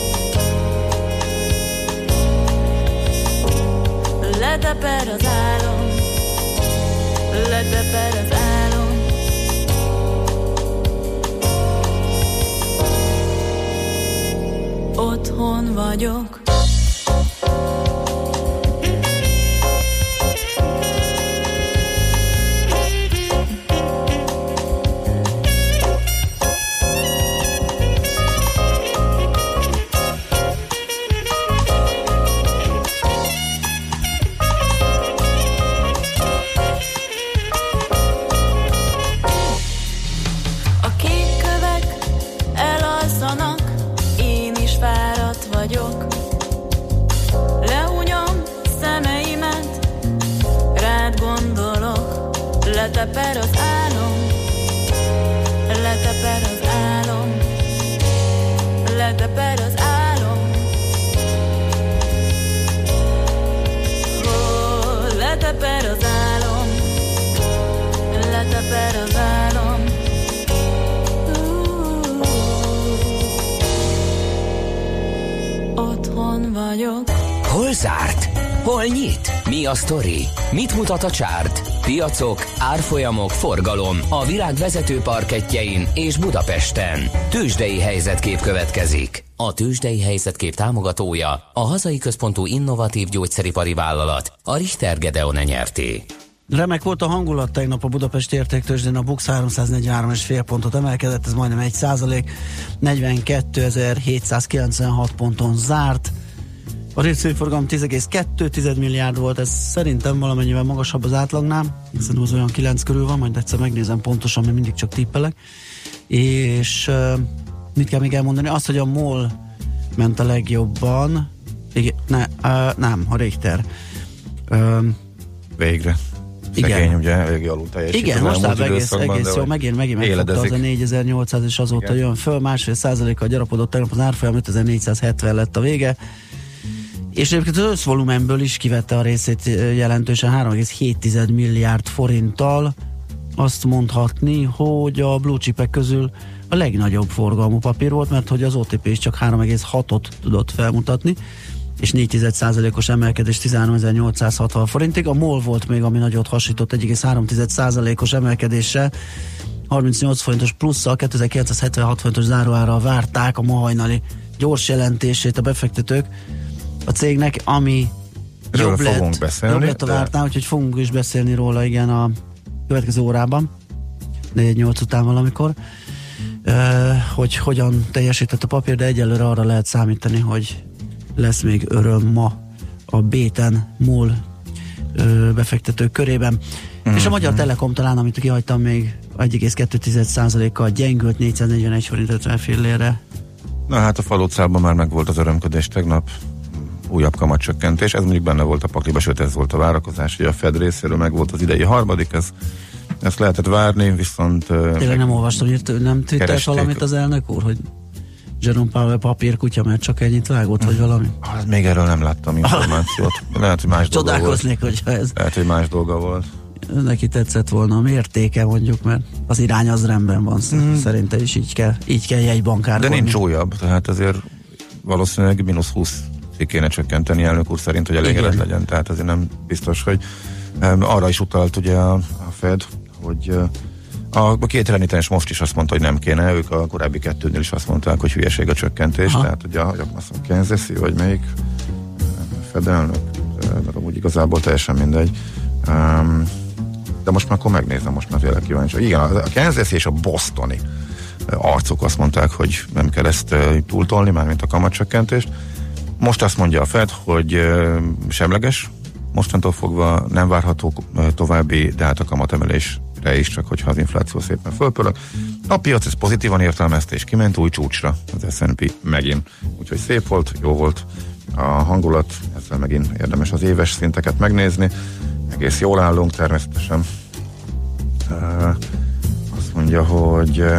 G: leteper az álom, leteper az álom. Otthon vagyok. Leteper az álom, leteper az álom, leteper az álom, oh, leteper az álom, leteper az álom. Uh, otthon vagyok.
A: Hol zárt? Hol nyit? Mi a sztori? Mit mutat a csárt? Piacok, árfolyamok, forgalom a világ vezető parkettjein és Budapesten. Tőzsdei helyzetkép következik. A Tőzsdei helyzetkép támogatója a hazai központú innovatív gyógyszeripari vállalat, a Richter Gedeon nyerté.
D: Remek volt a hangulat tegnap a Budapesti Értéktőzsdén, a BUX háromszáznegyvenhárom egész öt pontot emelkedett, ez majdnem egy százalék, negyvenkétezer-hétszázkilencvenhat ponton zárt. A részvényforgalom tíz egész kettő milliárd volt, ez szerintem valamennyivel magasabb az átlagnál, hiszen az olyan kilenc körül van, majd egyszer megnézem pontosan, mert mindig csak tippelek. És uh, mit kell még elmondani? Azt, hogy a MOL ment a legjobban, igen, ne, uh, nem, a Richter. Uh,
E: Végre. Szegény, igen. Ugye elég alul teljesít.
D: Igen, most áll egész, egész jó, megint, megint megfogta az a négyezer-nyolcszáz, és azóta igen. Jön föl, másfél százalékkal gyarapodott, tegnap az árfolyam ötezer-négyszázhetven lett a vége. És egyébként az összvolumenből is kivette a részét jelentősen három egész hét milliárd forinttal. Azt mondhatni, hogy a blue chipek közül a legnagyobb forgalmú papír volt, mert hogy az o té pé is csak három egész hatot tudott felmutatni, és négy százalékos emelkedés tizenháromezer-nyolcszázhatvan forintig. A MOL volt még, ami nagyot hasított, egy egész három százalékos emelkedéssel, harmincnyolc forintos plusszal, kétezer-kilencszázhetvenhat forintos záróárral várták a ma hajnali gyors jelentését a befektetők a cégnek, ami
E: Erről
D: jobb lett,
E: beszélni,
D: jobb lett a vártnál, úgyhogy fogunk is beszélni róla, igen, a következő órában, négy nyolc után valamikor, uh, hogy hogyan teljesített a papír, de egyelőre arra lehet számítani, hogy lesz még öröm ma a Béten MOL uh, befektetők körében. Mm-hmm. És a Magyar Telekom talán, amit kihagytam még, egy egész kettő százalékkal gyengült négyszáznegyvenegy forint ötven fillérre.
E: Na hát a Falócában már megvolt az örömködés tegnap, újabb kamatcsökkentés, ez mondjuk benne volt a pakliba, sőt ez volt a várakozás, hogy a Fed részéről megvolt az idei harmadik, ez ezt lehetett várni, viszont...
D: Tényleg nem olvastam, hogy nem twittelt valamit az elnök úr, hogy Jerome Powell papírkutya, mert csak ennyit vágott, vagy valami?
E: Hát még erről nem láttam információt. Lehet, hogy más dolga volt.
D: Csodálkoznék, hogyha ez...
E: Lehet, hogy más dolga volt.
D: Neki tetszett volna a mértéke, mondjuk, mert az irány az rendben van. Mm. Szerintem is így kell, így kell jegybankárkodni.
E: De nincs újabb, tehát azért valószínűleg mínusz húsz kéne csökkenteni elnök úr szerint, hogy elégedett legyen. Tehát azért nem biztos, hogy um, arra is utalt ugye a, a Fed, hogy uh, a, a két renitens most is azt mondta, hogy nem kéne, ők a korábbi kettőnél is azt mondták, hogy hülyeség a csökkentés, aha. Tehát ugye a Kansas-i, vagy melyik Fed elnök, de amúgy igazából teljesen mindegy. Um, de most már akkor megnézem, most már tényleg kíváncsi. Igen, a Kansas és a bostoni arcok azt mondták, hogy nem kell ezt uh, túltolni, mármint a kamatcsökkentést. Most azt mondja a Fed, hogy uh, semleges, mostantól fogva nem várható uh, további, de hát a kamatemelésre is, csak hogyha az infláció szépen fölpörög. A piac ezt pozitívan értelmezte, és kiment új csúcsra az es and pé megint. Úgyhogy szép volt, jó volt a hangulat, ezzel megint érdemes az éves szinteket megnézni. Egész jól állunk természetesen. Uh, azt mondja, hogy uh,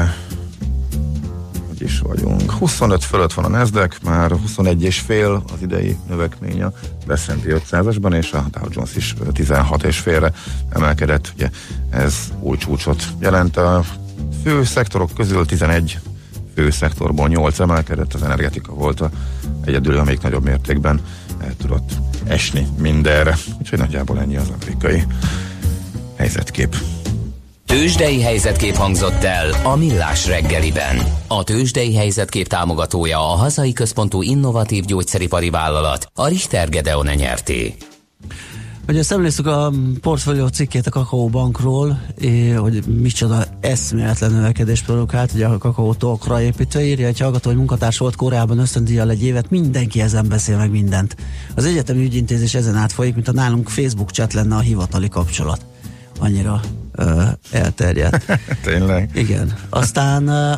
E: hogy is vagyunk. huszonöt fölött van a Nasdaq, már huszonegy és fél az idei növekmény a es and pé ötszázasban, és a Dow Jones is tizenhat és félre emelkedett. Ugye ez új csúcsot jelent. A fő szektorok közül tizenegy fő szektorból nyolc emelkedett, az energetika volt a egyedül, amelyik nagyobb mértékben el tudott esni mindenre. Úgyhogy nagyjából ennyi az amerikai helyzetkép.
A: Tőzsdei helyzetkép hangzott el a Millás reggeliben. A tőzsdei helyzetkép támogatója a hazai központú innovatív gyógyszeripari vállalat, a Richter Gedeon nyerté.
D: Ugye szemléztük a portfólió cikkét a Kakao Bankról, hogy micsoda eszméletlen növekedést produkált, ugye a Kakao Talkra építve írja, hogy hallgató, hogy munkatárs volt Koreában ösztöndíjjal egy évet, mindenki ezen beszél meg mindent. Az egyetemi ügyintézés ezen átfolyik, mint a nálunk Facebook chat lenne a hivatali kapcsolat. Annyira ö, elterjedt.
E: Tényleg?
D: Igen. Aztán ö,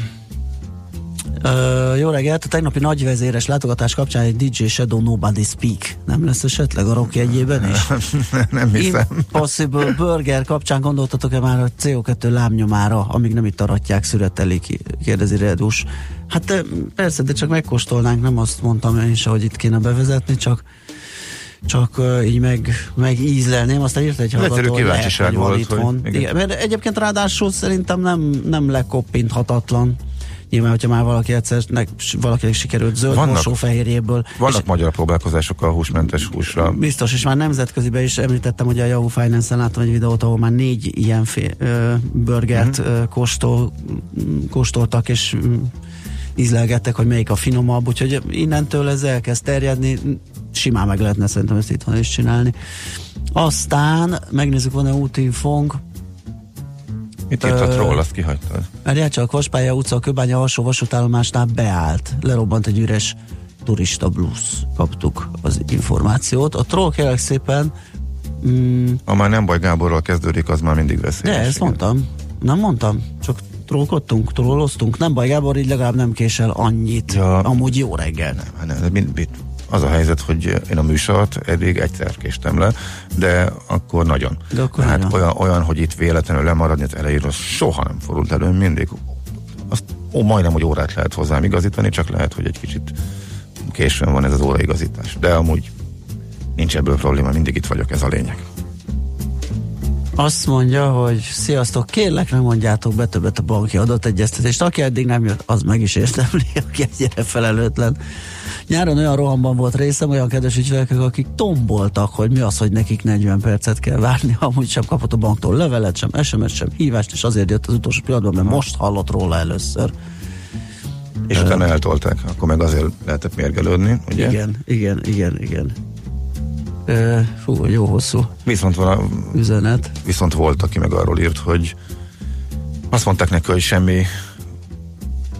D: ö, jó reggelt, a tegnapi nagyvezéres látogatás kapcsán egy dé dzsé Shadow Nobody Speak. Nem lesz esetleg a rock jegyében is?
E: Nem hiszem.
D: Impossible Burger kapcsán gondoltatok-e már a cé o kettő lábnyomára, amíg nem itt aratják, szüretelik, kérdezi Redus. Hát persze, de csak megkóstolnánk, nem azt mondtam én se, hogy itt kéne bevezetni, csak csak uh, így meg, meg ízlelném, aztán írt egy hallgató, hogy lehet, hogy van itthon. Hogy, igen. Mert egyébként ráadásul szerintem nem, nem lekoppinthatatlan. Nyilván, hogyha már valaki egyszer nek, valakinek sikerült zöld mosófehérjéből.
E: Vannak magyar próbálkozások a húsmentes húsra.
D: Biztos, és már nemzetköziben is említettem, hogy a Yahoo Finance-en láttam egy videót, ahol már négy ilyen fél, ö, burgert mm-hmm. ö, kóstol, kóstoltak, és ö, ízlelgettek, hogy melyik a finomabb, úgyhogy innentől ez elkezd terjedni, simán meg lehetne szerintem ezt itthon is csinálni. Aztán megnézzük, van-e útinfónk.
E: Mit írtad róla, azt kihagytad?
D: Erjácsa a Vaspálya utca, a Kőbánya alsó vasútállomásnál beállt. Lerobbant egy üres turista blusz. Kaptuk az információt. A troll kérlek szépen... Mm,
E: ha már nem baj Gáborral kezdődik, az már mindig veszélyes.
D: De ezt mondtam. Nem mondtam. Csak trollkodtunk, trolloztunk. Nem baj Gábor, így legalább nem késel annyit. Ja. Amúgy jó reggel.
E: Nem, nem, mind, mind, az a helyzet, hogy én a műsort eddig egyszer késtem le, de akkor nagyon.
D: De akkor
E: hát
D: nagyon.
E: Olyan, olyan, hogy itt véletlenül lemaradni az elejéről, soha nem fordult elő, mindig. Azt, ó, majdnem, hogy órát lehet hozzám igazítani, csak lehet, hogy egy kicsit későn van ez az óraigazítás. De amúgy nincs ebből probléma, mindig itt vagyok, ez a lényeg.
D: Azt mondja, hogy sziasztok, kérlek, nem mondjátok be többet a banki adategyeztetést. Aki eddig nem jött, az meg is érdemli, aki egyre felelőtlen. Nyáron olyan rohamban volt részem, olyan kedves ügyfelek, akik tomboltak, hogy mi az, hogy nekik negyven percet kell várni, amúgy sem kapott a banktól levelet, sem es em es, sem hívást, és azért jött az utolsó pillanatban, mert most hallott róla először.
E: És uh, utána eltolták, akkor meg azért lehetett mérgelődni, ugye?
D: Igen, igen, igen, igen. Uh, fú, jó hosszú
E: viszont van a,
D: üzenet.
E: Viszont volt, aki meg arról írt, hogy azt mondták neki, hogy semmi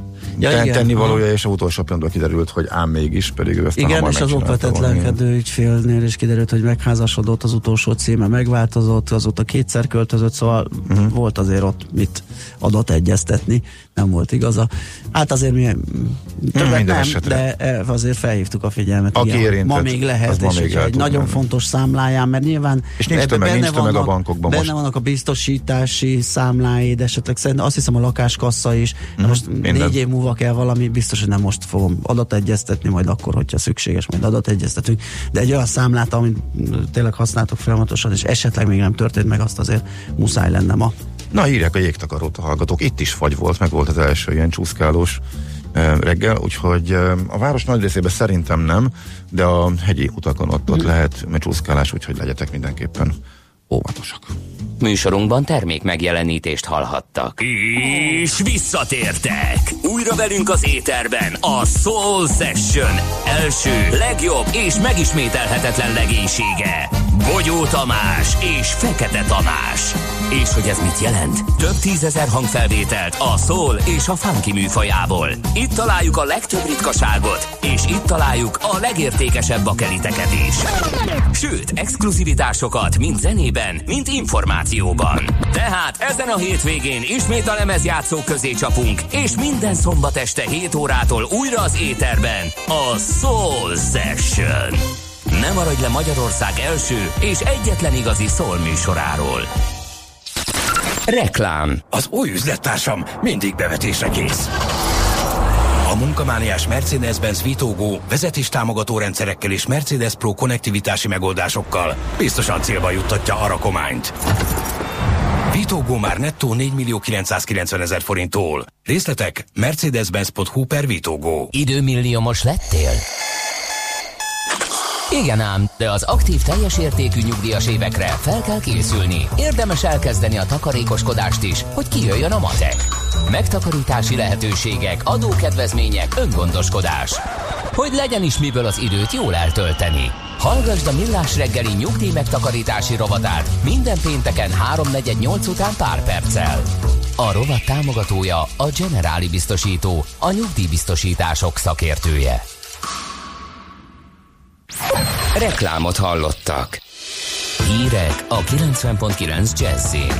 D: ja,
E: tenni valója, és a utolsó pillanatban kiderült, hogy ám mégis, pedig ő aztán
D: igen, és az okvetetlenkedő ügyfélnél is kiderült, hogy megházasodott, az utolsó címe megváltozott, azóta kétszer költözött, szóval uh-huh. volt azért ott mit adategyeztetni, nem volt igaza. Hát azért mi többet nem, esetre. De azért felhívtuk a figyelmet.
E: Aki
D: igen,
E: érintett,
D: ma még lehet,
E: ma
D: és
E: még
D: egy nagyon
E: menni.
D: fontos számláján, mert nyilván
E: és nincs tömeg, nincs tömeg a bankokban
D: benne
E: most.
D: vannak a biztosítási számláid, esetleg szerintem azt hiszem a lakáskassa is, de
E: mm,
D: most
E: minden.
D: négy év múlva kell valami, biztos, hogy nem most fogom adategyeztetni, majd akkor, hogyha szükséges, majd adategyeztetünk, de egy olyan számlát, amit tényleg használtok folyamatosan, és esetleg még nem történt meg, azt azért muszáj lenne ma.
E: Na, írják a jégtakarót a hallgatók, itt is fagy volt, meg volt az első ilyen csúszkálós e, reggel, úgyhogy e, a város nagy részében szerintem nem, de a hegyi utakon ott, ott lehet csúszkálás, úgyhogy legyetek mindenképpen óvatosak.
A: Műsorunkban termék megjelenítést hallhattak. És visszatértek! Újra velünk az éterben a Soul Session első, legjobb és megismételhetetlen legénysége. Bogyó Tamás és Fekete Tamás. És hogy ez mit jelent? Több tízezer hangfelvételt a soul és a funky műfajából. Itt találjuk a legtöbb ritkaságot, és itt találjuk a legértékesebb bakeliteket is. Sőt, exkluzivitásokat mind zenében, mind információban. Tehát ezen a hétvégén ismét a lemezjátszók közé csapunk, és minden szombat este hét órától újra az éterben a Soul Session. Ne maradj le Magyarország első és egyetlen igazi soul műsoráról. Reklám.
B: Az új üzlettársam mindig bevetésre kész. A munkamániás Mercedes-Benz Vitógo vezetéstámogató rendszerekkel és Mercedes Pro konnektivitási megoldásokkal biztosan célba juttatja a rakományt. Vitógo már nettó négymillió kilencszázkilencvenezer forinttól. Részletek mercedes-benz pont hu per Vitógo.
A: Időmilliómos lettél? Igen ám, de az aktív teljes értékű nyugdíjas évekre fel kell készülni. Érdemes elkezdeni a takarékoskodást is, hogy kijöjjön a matek. Megtakarítási lehetőségek, adókedvezmények, öngondoskodás. Hogy legyen is miből az időt jól eltölteni. Hallgasd a Millás reggeli nyugdíj megtakarítási rovatát minden pénteken háromnegyed nyolc után pár perccel. A rovat támogatója a Generáli biztosító, a nyugdíjbiztosítások szakértője. Reklámot hallottak. Hírek a kilencven pont kilenc Jazzin.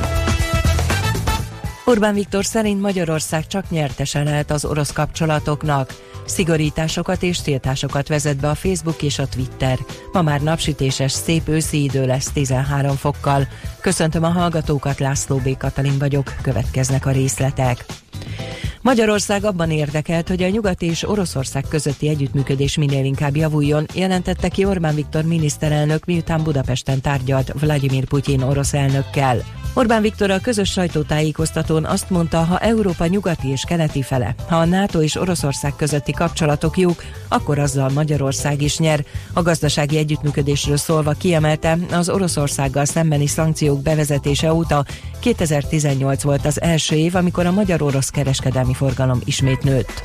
H: Orbán Viktor szerint Magyarország csak nyertese lehet az orosz kapcsolatoknak. Szigorításokat és tiltásokat vezet be a Facebook és a Twitter. Ma már napsütéses, szép őszi idő lesz tizenhárom fokkal. Köszöntöm a hallgatókat, László B. Katalin vagyok, következnek a részletek. Magyarország abban érdekelt, hogy a Nyugat és Oroszország közötti együttműködés minél inkább javuljon, jelentette ki Orbán Viktor miniszterelnök, miután Budapesten tárgyalt Vladimir Putyin orosz elnökkel. Orbán Viktor a közös sajtótájékoztatón azt mondta, ha Európa nyugati és keleti fele, ha a NATO és Oroszország közötti kapcsolatok jók, akkor azzal Magyarország is nyer. A gazdasági együttműködésről szólva kiemelte, az Oroszországgal szembeni szankciók bevezetése óta kétezer-tizennyolc volt az első év, amikor a magyar-orosz kereskedelmi forgalom ismét nőtt.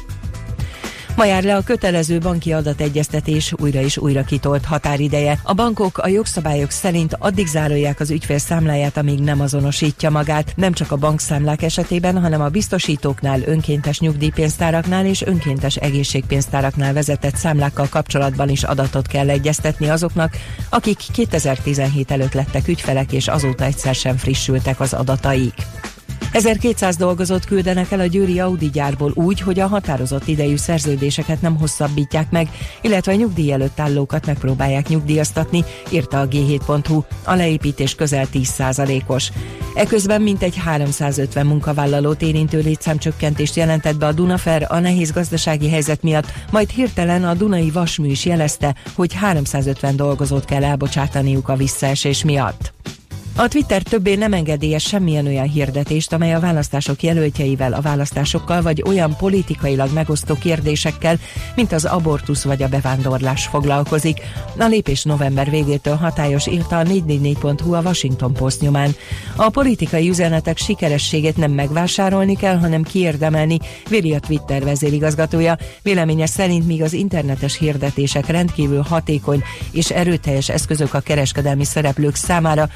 H: Ma jár le a kötelező banki adategyeztetés újra és újra kitolt határideje. A bankok a jogszabályok szerint addig zárolják az ügyfél számláját, amíg nem azonosítja magát. Nem csak a bankszámlák esetében, hanem a biztosítóknál, önkéntes nyugdíjpénztáraknál és önkéntes egészségpénztáraknál vezetett számlákkal kapcsolatban is adatot kell egyeztetni azoknak, akik kétezer-tizenhét előtt lettek ügyfelek és azóta egyszer sem frissültek az adataik. ezerkétszáz dolgozót küldenek el a győri Audi gyárból úgy, hogy a határozott idejű szerződéseket nem hosszabbítják meg, illetve a nyugdíj előtt állókat megpróbálják nyugdíjaztatni, írta a gé hét pont hu. A leépítés közel tíz százalékos. Eközben mintegy háromszázötven munkavállalót érintő létszámcsökkentést jelentett be a Dunafer a nehéz gazdasági helyzet miatt, majd hirtelen a Dunai Vasmű is jelezte, hogy háromszázötven dolgozót kell elbocsátaniuk a visszaesés miatt. A Twitter többé nem engedélyez semmilyen olyan hirdetést, amely a választások jelöltjeivel, a választásokkal vagy olyan politikailag megosztó kérdésekkel, mint az abortusz vagy a bevándorlás foglalkozik. A lépés november végétől hatályos, írta a négy négy négy pont hu a Washington Post nyomán. A politikai üzenetek sikerességét nem megvásárolni kell, hanem kiérdemelni, véli a Twitter vezérigazgatója. Véleménye szerint míg az internetes hirdetések rendkívül hatékony és erőteljes eszközök a kereskedelmi szereplők számára, ugyan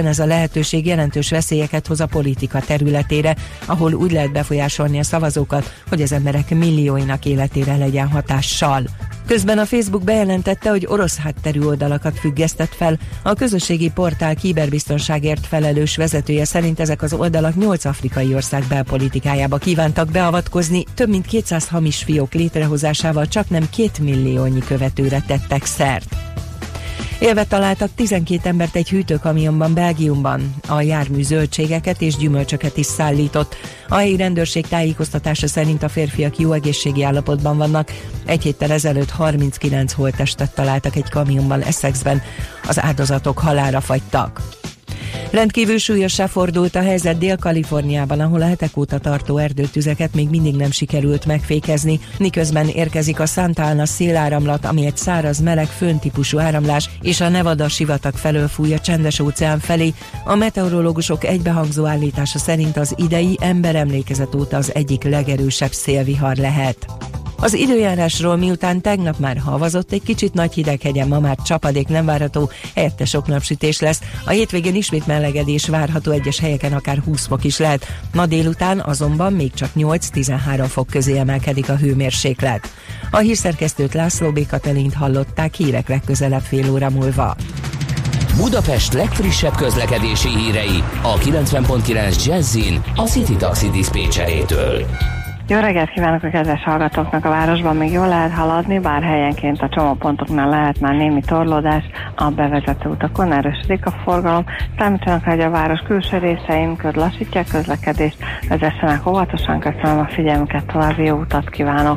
H: ugyanez a lehetőség jelentős veszélyeket hoz a politika területére, ahol úgy lehet befolyásolni a szavazókat, hogy az emberek millióinak életére legyen hatással. Közben a Facebook bejelentette, hogy orosz hátterű oldalakat függesztett fel. A közösségi portál kiberbiztonságért felelős vezetője szerint ezek az oldalak nyolc afrikai ország belpolitikájába kívántak beavatkozni, több mint kétszáz hamis fiók létrehozásával csak nem két milliónyi követőre tettek szert. Élve találtak tizenkét embert egy hűtőkamionban Belgiumban. A jármű zöldségeket és gyümölcsöket is szállított. A helyi rendőrség tájékoztatása szerint a férfiak jó egészségi állapotban vannak. Egy héttel ezelőtt harminckilenc holttestet találtak egy kamionban Essexben. Az áldozatok halálra fagytak. Rendkívül súlyossá fordult a helyzet Dél-Kaliforniában, ahol a hetek óta tartó erdőtüzeket még mindig nem sikerült megfékezni, miközben érkezik a Santa Ana széláramlat, ami egy száraz, meleg, fönntípusú áramlás, és a Nevada sivatag felől fúj a Csendes óceán felé. A meteorológusok egybehangzó állítása szerint az idei emberemlékezet óta az egyik legerősebb szélvihar lehet. Az időjárásról, miután tegnap már havazott egy kicsit Nagyhideghegyen, ma már csapadék nem várható, helyette sok napsütés lesz. A hétvégén ismét melegedés várható, egyes helyeken akár húsz fok is lehet. Ma délután azonban még csak nyolc-tizenhárom fok közé emelkedik a hőmérséklet. A hírszerkesztőt, László B. Katalint hallották, hírek legközelebb fél óra múlva.
A: Budapest legfrissebb közlekedési hírei a kilencven pont kilenc Jazzin a City Taxi diszpécserétől.
I: Jó reggelt kívánok a kedves hallgatóknak! A városban még jól lehet haladni, bár helyenként a csomópontoknál lehet már némi torlódás, a bevezető utakon erősödik a forgalom. Számítsanak, hogy a város külső részein köd lassítja a közlekedést, vezessenek óvatosan, köszönöm a figyelmüket, további jó utat kívánok!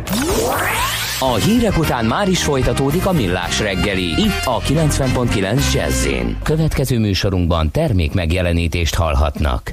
A: A hírek után már is folytatódik a Millás reggeli, itt a kilencven pont kilenc Jazzin. Következő műsorunkban termék megjelenítést hallhatnak.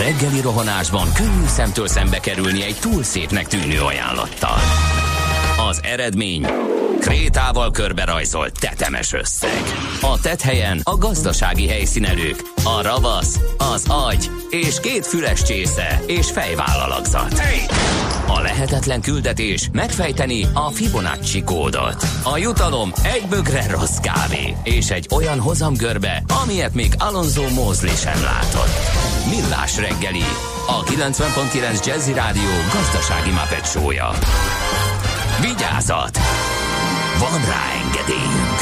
A: reggeli rohanásban könnyű szemtől szembe kerülni egy túl szépnek tűnő ajánlattal. Az eredmény krétával körberajzolt tetemes összeg. A tetthelyen a gazdasági helyszínelők, a ravasz, az agy és két füles csésze és fejvállalakzat. A lehetetlen küldetés megfejteni a Fibonacci kódot. A jutalom egy bögre rossz kávé és egy olyan hozamgörbe, amilyet még Alonso Mosley sem látott. Millás reggeli, a kilencven pont kilenc Jazzy Rádió gazdasági Muppet show-ja. Vigyázat! Van rá engedélyünk!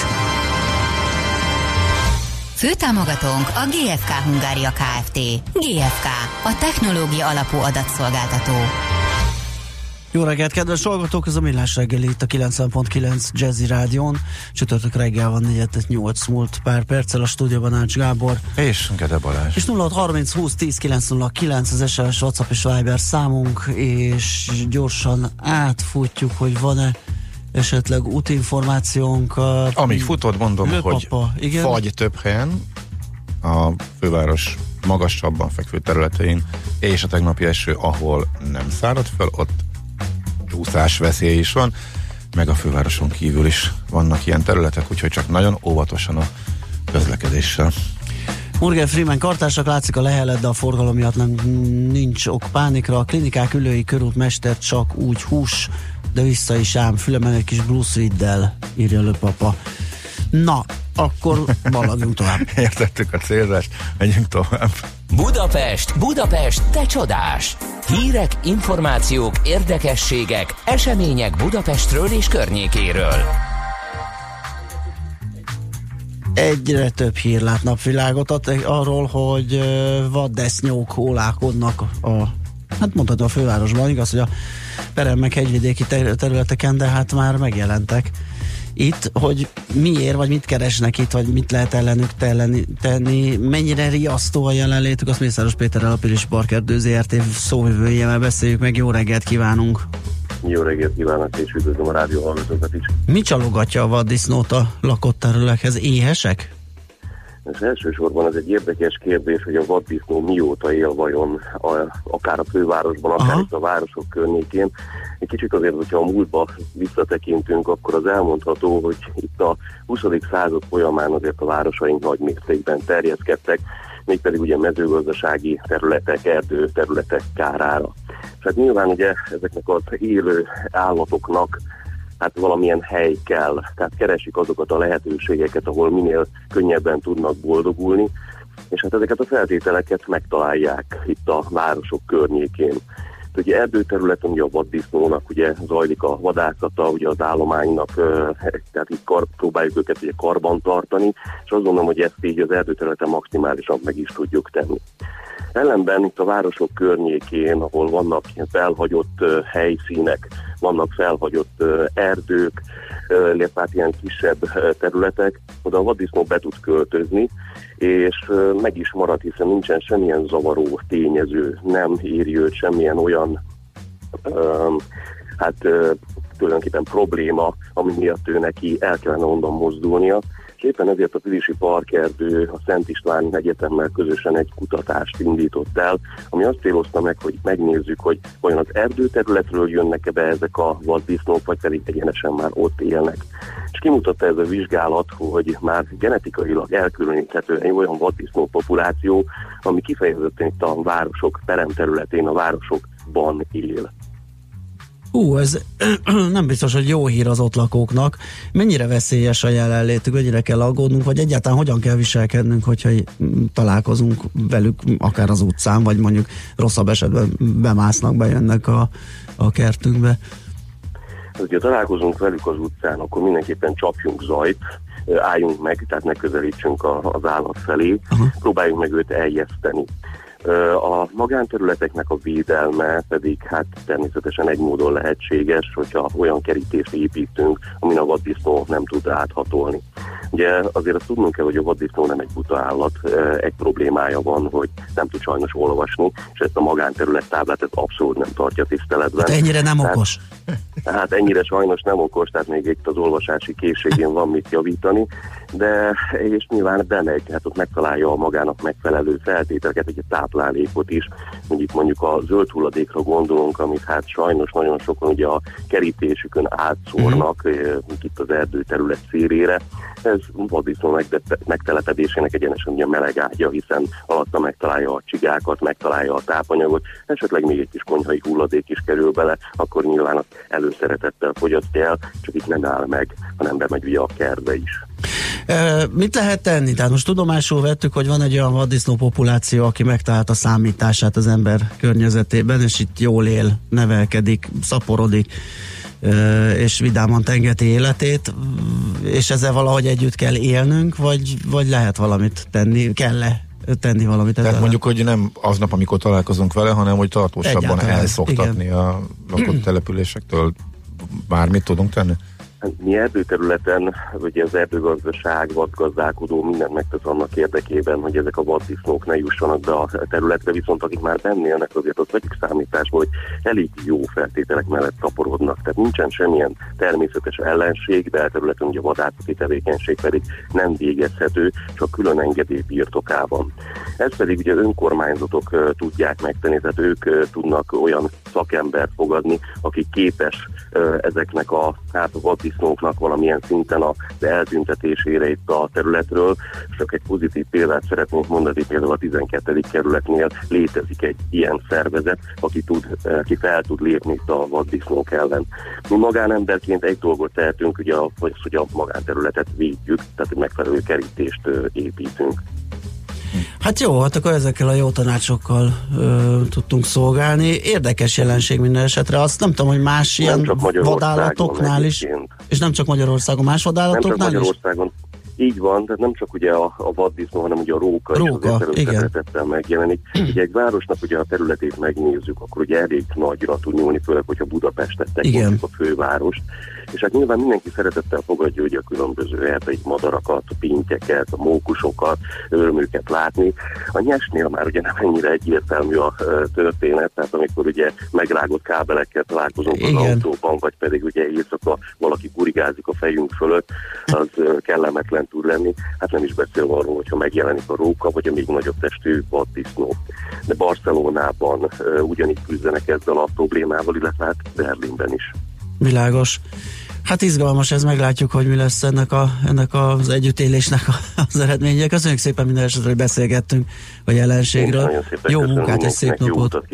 J: Főtámogatónk a gé ef ká Hungária Kft. gé ef ká, a technológia alapú adatszolgáltató.
D: Jó reggelt, kedves hallgatók! Ez a Millás reggeli itt a kilencven pont kilenc Jazzy Rádión. Csütörtök reggel van négy nyolc múlt pár perccel, a stúdióban Ács Gábor.
E: És Gede Balázs.
D: És nulla hat harminc húsz tíz kilenc nulla kilenc az es em es, WhatsApp és Viber számunk, és gyorsan átfutjuk, hogy van-e esetleg útinformációnk.
E: Amíg futod, mondom,
D: Lőpapa,
E: hogy
D: igen?
E: fagy több helyen a főváros magasabban fekvő területein, és a tegnapi eső, ahol nem szárad föl, ott úszás veszély is van, meg a fővároson kívül is vannak ilyen területek, úgyhogy csak nagyon óvatosan a közlekedéssel.
D: Morgan Freeman kartársak, látszik a lehelet, de a forgalom miatt nem, nincs ok pánikra. A klinikák ülői körút mester csak úgy hús, de vissza is ám, fülemen egy kis Bruce Riddel, írja Lőpapa. Na, akkor ballagjunk tovább.
E: Értettük a célzást, megyünk tovább.
A: Budapest, Budapest, te csodás! Hírek, információk, érdekességek, események Budapestről és környékéről.
D: Egyre több hír lát napvilágot arról, hogy vaddesznyók hólálkodnak a, hát mondhatod a fővárosban, igaz, hogy a perem meg hegyvidéki területeken, de hát már megjelentek itt, hogy miért, vagy mit keresnek itt, vagy mit lehet ellenük tenni, mennyire riasztó a jelenlétük, azt Mészáros Péterrel, a Pilis Parkerdő zé er té szóvivőjével beszéljük meg. Jó reggelt kívánunk!
K: Jó reggelt kívánok, és üdvözlöm a rádió hallgatókat is.
D: Mi csalogatja a vaddisznót a lakott területekhez? Éhesek?
K: És elsősorban ez egy érdekes kérdés, hogy a vaddisznó mióta él vajon, a, akár a fővárosban, akár itt a városok környékén. Egy kicsit azért, hogyha a múltba visszatekintünk, akkor az elmondható, hogy itt a huszadik század folyamán azért a városaink nagy mértékben terjeszkedtek, mégpedig ugye mezőgazdasági területek, erdő területek kárára. És hát nyilván ugye ezeknek az élő állatoknak hát valamilyen hely kell, tehát keresik azokat a lehetőségeket, ahol minél könnyebben tudnak boldogulni, és hát ezeket a feltételeket megtalálják itt a városok környékén. Ugye erdőterületen ugye a vaddisznónak ugye zajlik a vadászata, ugye az állománynak, tehát itt kar, próbáljuk őket ugye karban tartani, és azt gondolom, hogy ezt így az erdőterületen maximálisan meg is tudjuk tenni. Ellenben itt a városok környékén, ahol vannak ilyen felhagyott uh, helyszínek, vannak felhagyott uh, erdők, uh, illetve hát ilyen kisebb uh, területek, oda a vaddisznó be tud költözni, és uh, meg is marad, hiszen nincsen semmilyen zavaró tényező, nem éri őt semmilyen olyan uh, hát uh, tulajdonképpen probléma, ami miatt ő neki el kellene onnan mozdulnia. Éppen ezért a Pilisi Parkerdő a Szent István Egyetemmel közösen egy kutatást indított el, ami azt célozta meg, hogy megnézzük, hogy olyan az erdőterületről jönnek-e be ezek a vaddisznók, vagy pedig egyenesen már ott élnek. És kimutatta ez a vizsgálat, hogy már genetikailag elkülöníthető egy olyan vaddisznó populáció, ami kifejezetten itt a városok peremterületén, a városokban él.
D: Ú, ez nem biztos, hogy jó hír az ott lakóknak. Mennyire veszélyes a jelenlétük, mennyire kell aggódnunk, vagy egyáltalán hogyan kell viselkednünk, hogyha találkozunk velük, akár az utcán, vagy mondjuk rosszabb esetben bemásznak, bejönnek a, a kertünkbe?
K: Ha találkozunk velük az utcán, akkor mindenképpen csapjunk zajt, álljunk meg, tehát ne közelítsünk a, az állat felé, uh-huh. próbáljuk meg őt eljeszteni. A magánterületeknek a védelme pedig hát természetesen egy módon lehetséges, hogyha olyan kerítést építünk, amin a vaddisznó nem tud áthatolni. Ugye azért azt tudnunk kell, hogy a vaddisznó nem egy buta állat, egy problémája van, hogy nem tud sajnos olvasni, és ezt a magánterület táblát ez abszolút nem tartja tiszteletben.
D: Hát ennyire nem
K: tehát,
D: okos.
K: Hát ennyire sajnos nem okos, tehát még itt az olvasási készségén van mit javítani, de és nyilván bemegy, hát ott megtalálja a magának megfelelő feltételeket, egy táplálékot is, mondjuk mondjuk a zöld hulladékra gondolunk, amit hát sajnos nagyon sokan ugye a kerítésükön átszórnak uh-huh. itt az erdőterület szélére. Ez vaddisznó megtelepedésének egyenesen ugye meleg ágya, hiszen alatta megtalálja a csigákat, megtalálja a tápanyagot, esetleg még egy kis konyhai hulladék is kerül bele, akkor nyilván azt előszeretettel fogyasztja el, csak itt nem áll meg, hanem bemegy ugye a kertbe is.
D: E, mit lehet tenni? Tehát most tudomásul vettük, hogy van egy olyan vaddisznó populáció, aki megtalálta a számítását az ember környezetében, és itt jól él, nevelkedik, szaporodik, és vidáman tengeti életét, és ezzel valahogy együtt kell élnünk, vagy, vagy lehet valamit tenni, kell-e tenni valamit ezzel?
L: Tehát mondjuk, hogy nem aznap, amikor találkozunk vele, hanem hogy tartósabban egyáltalán elszoktatni igen. a lakott településektől. Bármit tudunk tenni?
K: Mi erdőterületen, ugye az erdőgazdaság, vadgazdálkodó mindent megtesz annak érdekében, hogy ezek a vaddisznók ne jussanak be a területre, viszont akik már benn élnek, azért ott vegyük számításba, hogy elég jó feltételek mellett szaporodnak. Tehát nincsen semmilyen természetes ellenség, de a területen ugye a vadászati tevékenység pedig nem végezhető, csak külön engedély birtokában. Ez pedig ugye önkormányzatok uh, tudják megtenni, tehát ők uh, tudnak olyan szakembert fogadni, aki képes uh, ezeknek a, hát a vaddisznóknak valamilyen szinten az eltüntetésére itt a területről. Csak egy pozitív példát szeretnék mondani, például a tizenkettedik kerületnél létezik egy ilyen szervezet, aki, tud, aki fel tud lépni itt a vaddisznók ellen. Mi magánemberként egy dolgot tehetünk, ugye, hogy, hogy a magánterületet védjük, tehát megfelelő kerítést uh, építünk.
D: Hát jó, hát akkor ezekkel a jó tanácsokkal ö, tudtunk szolgálni. Érdekes jelenség minden esetre. Azt nem tudom, hogy más nem ilyen vadállatoknál is, és nem csak Magyarországon, más vadállatoknál
K: nem csak Magyarországon. Is? Így van, tehát nem csak ugye a, a vaddisznó, hanem ugye a róka, róka is azért szeretettel megjelenik. Ugye egy városnak ugye a területét megnézzük, akkor ugye elég nagyra tud nyúlni, főleg, hogyha Budapestet tekintjük a fővárost. És hát nyilván mindenki szeretettel fogadja ugye a különböző erdei madarakat, a pintyeket, a mókusokat, örömüket látni. A nyesnél már ugye nem ennyire egyértelmű a történet, tehát amikor ugye megrágott kábelekkel találkozunk az autóban, vagy pedig ugye éjszaka valaki gurigázik a fejünk fölött, az kellemetlen tud lenni. Hát nem is beszélve arról, hogyha megjelenik a róka, vagy a még nagyobb testű vaddisznó. De Barcelonában uh, ugyanígy küzdenek ezzel a problémával, illetve hát Berlinben is.
D: Világos. Hát izgalmas, ez meglátjuk, hogy mi lesz ennek, a, ennek az együttélésnek az eredménye. Köszönjük szépen minden esetre, hogy beszélgettünk a jelenségről. Jó munkát és szép napot!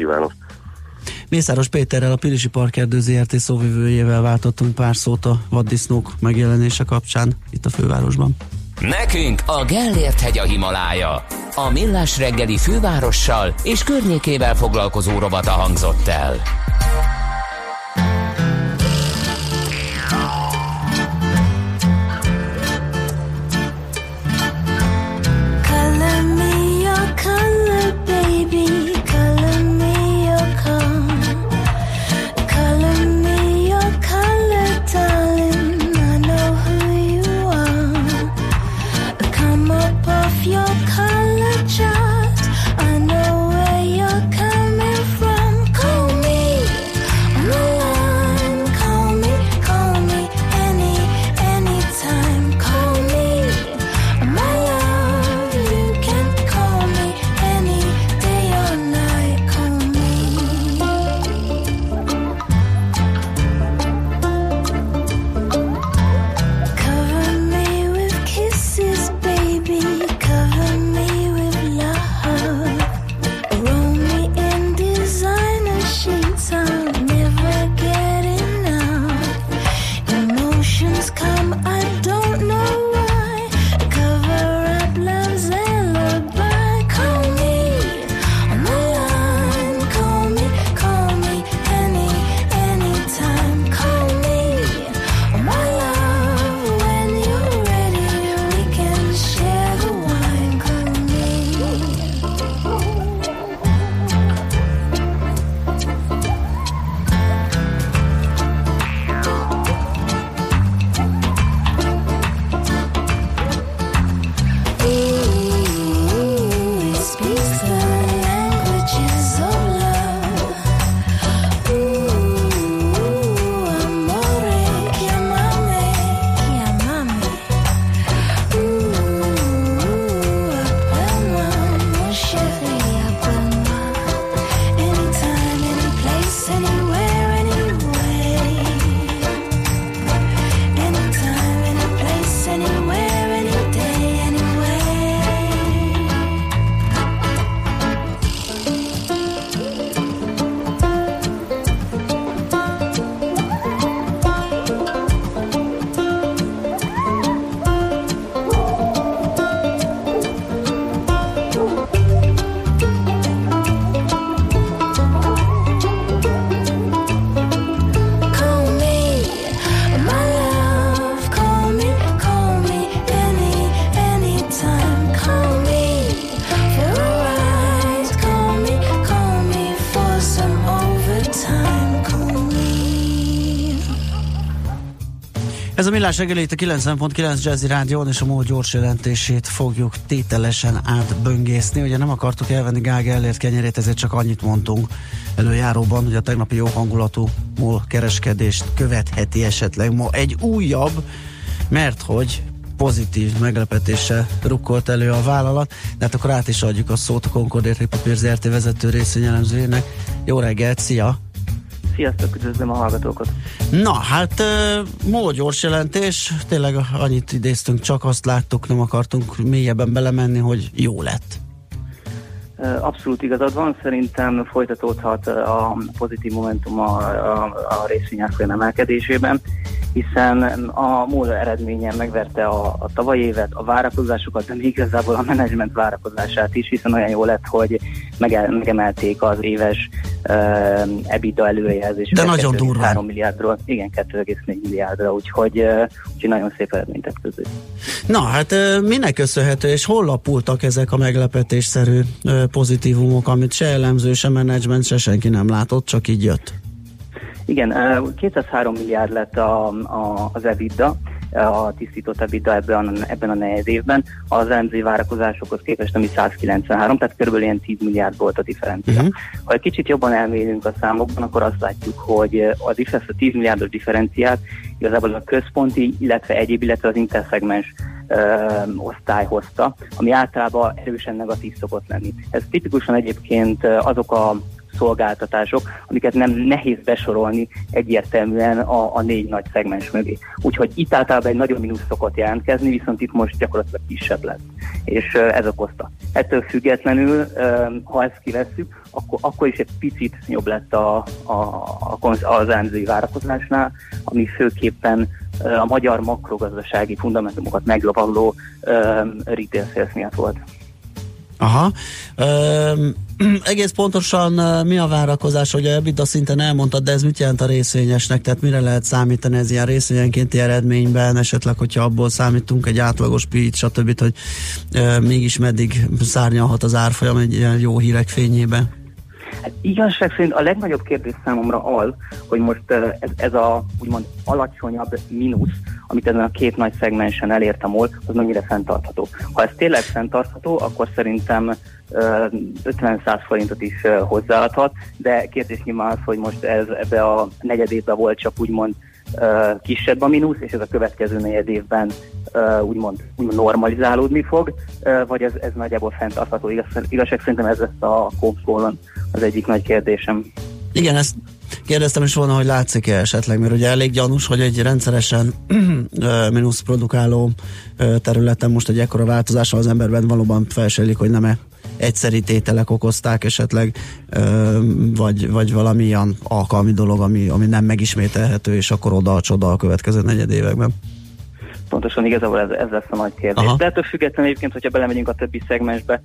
D: Mészáros Péterrel, a Pilisi Parkerdő zé er té szóvivőjével váltottunk pár szót a vaddisznók megjelenése kapcsán itt a fővárosban.
A: Nekünk a Gellért-hegy a Himalája. A Millás reggeli fővárossal és környékével foglalkozó rovata hangzott el.
G: Your color chart, I know where you're coming from. Call me
D: Ez a Millás reggeli, itt a kilencven pont kilenc Jazzy Rádión, és a MOL gyors jelentését fogjuk tételesen átböngészni. Ugye nem akartuk elvenni Gál Gellért kenyerét, ezért csak annyit mondtunk előjáróban, hogy a tegnapi jó hangulatú MOL kereskedést követheti esetleg ma egy újabb, mert hogy pozitív meglepetéssel rukkolt elő a vállalat, de hát akkor át is adjuk a szót a Concord Értékpapír Zrt. Vezető részvényelemzőjének. Jó reggelt, szia!
M: Sziasztok, üdvözlöm a hallgatókat!
D: Na, hát uh, MOL gyors jelentés, tényleg annyit idéztünk, csak azt láttuk, nem akartunk mélyebben belemenni, hogy jó lett.
M: Abszolút igazad van, szerintem folytatódhat a pozitív momentum a, a, a részvényárfolyam emelkedésében, hiszen a MOL eredményen megverte a, a tavalyi évet, a várakozásokat, de még igazából a menedzsment várakozását is, hiszen olyan jó lett, hogy mege, megemelték az éves uh, EBITDA előrejelzését.
D: De nagyon durván.
M: három milliárdról, igen, kettő egész négy milliárdra, úgyhogy, uh, úgyhogy nagyon szép eredményt tett közé.
D: Na, hát uh, minek köszönhető, és hol lapultak ezek a meglepetésszerű uh, pozitívumok, amit se elemző, se menedzsment, se senki nem látott, csak így jött?
M: Igen, kétszázhárom milliárd lett a, a, az EBITDA, a tisztított EBITDA ebben, ebben a negyed évben, az elemzői várakozásokhoz képest, ami százkilencvenhárom, tehát körülbelül ilyen tíz milliárd volt a differencia. Uh-huh. Ha egy kicsit jobban elmélünk a számokban, akkor azt látjuk, hogy a, differ- a tíz milliárdos differenciát igazából a központi, illetve egyéb, illetve az interszegmens ö, osztály hozta, ami általában erősen negatív szokott lenni. Ez tipikusan egyébként azok a szolgáltatások, amiket nem nehéz besorolni egyértelműen a, a négy nagy szegmens mögé. Úgyhogy itt általában egy nagyobb mínusz szokott jelentkezni, viszont itt most gyakorlatilag kisebb lesz. És uh, ez okozta. Ettől függetlenül, uh, ha ezt kivesszük, akkor, akkor is egy picit jobb lett a, a, a, az elemzői várakozásnál, ami főképpen uh, a magyar makrogazdasági fundamentumokat meglovagoló uh, retail sales miatt volt.
D: Aha. Üm, egész pontosan mi a várakozás, hogy a EBITDA szinten elmondtad, de ez mit jelent a részvényesnek? Tehát mire lehet számítani ez ilyen részvényenkénti eredményben, esetleg, hogyha abból számítunk egy átlagos pít, stb., hogy e, mégis meddig szárnyalhat az árfolyam egy ilyen jó hírek fényében?
M: Hát igazság szerint a legnagyobb kérdés számomra az, hogy most ez, ez a úgymond alacsonyabb mínusz, amit ezen a két nagy szegmensen elért a MOL, az mennyire fenntartható. Ha ez tényleg fenntartható, akkor szerintem ötven-száz forintot is hozzáadhat, de kérdés nyilván az, hogy most ez ebbe a negyedévben volt csak úgymond uh, kisebb a mínusz, és ez a következő negyedévben uh, úgymond, úgymond normalizálódni fog, uh, vagy ez, ez nagyjából fenntartható. Igaz, igazság szerintem ez lesz a konfkólon az egyik nagy kérdésem.
D: Igen, ezt kérdeztem is volna, hogy látszik-e esetleg, mert ugye elég gyanús, hogy egy rendszeresen mínusz produkáló területen most egy ekkora változással az emberben valóban felsejlik, hogy nem-e egyszeri tételek okozták esetleg, vagy, vagy valami ilyen alkalmi dolog, ami, ami nem megismételhető, és akkor oda a csoda a következő negyedévekben.
M: Pontosan, igazából ez, ez lesz a nagy kérdés. Aha. De ettől függetlenül egyébként, hogyha belemegyünk a többi szegmensbe,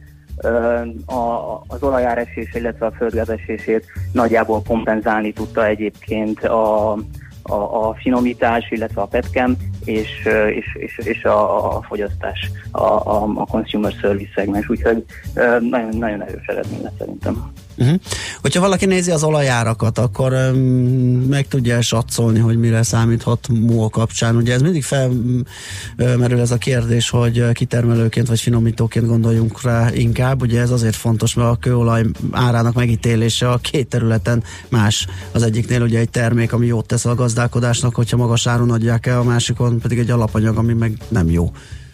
M: A, az olajár esése, illetve a földgáz esését nagyjából kompenzálni tudta egyébként a, a, a finomítás, illetve a petchem és, és, és, és a, a fogyasztás, a, a, a consumer service szegmens, úgyhogy nagyon, nagyon erős eredmény lesz szerintem.
D: Uh-huh. Hogyha valaki nézi az olajárakat, akkor um, meg tudja satszolni, hogy mire számíthat MOL kapcsán. Ugye ez mindig felmerül ez a kérdés, hogy kitermelőként vagy finomítóként gondoljunk rá inkább. Ugye ez azért fontos, mert a kőolaj árának megítélése a két területen más. Az egyiknél ugye egy termék, ami jót tesz a gazdálkodásnak, hogyha magas áron adják el, a másikon pedig egy alapanyag, ami meg nem jó.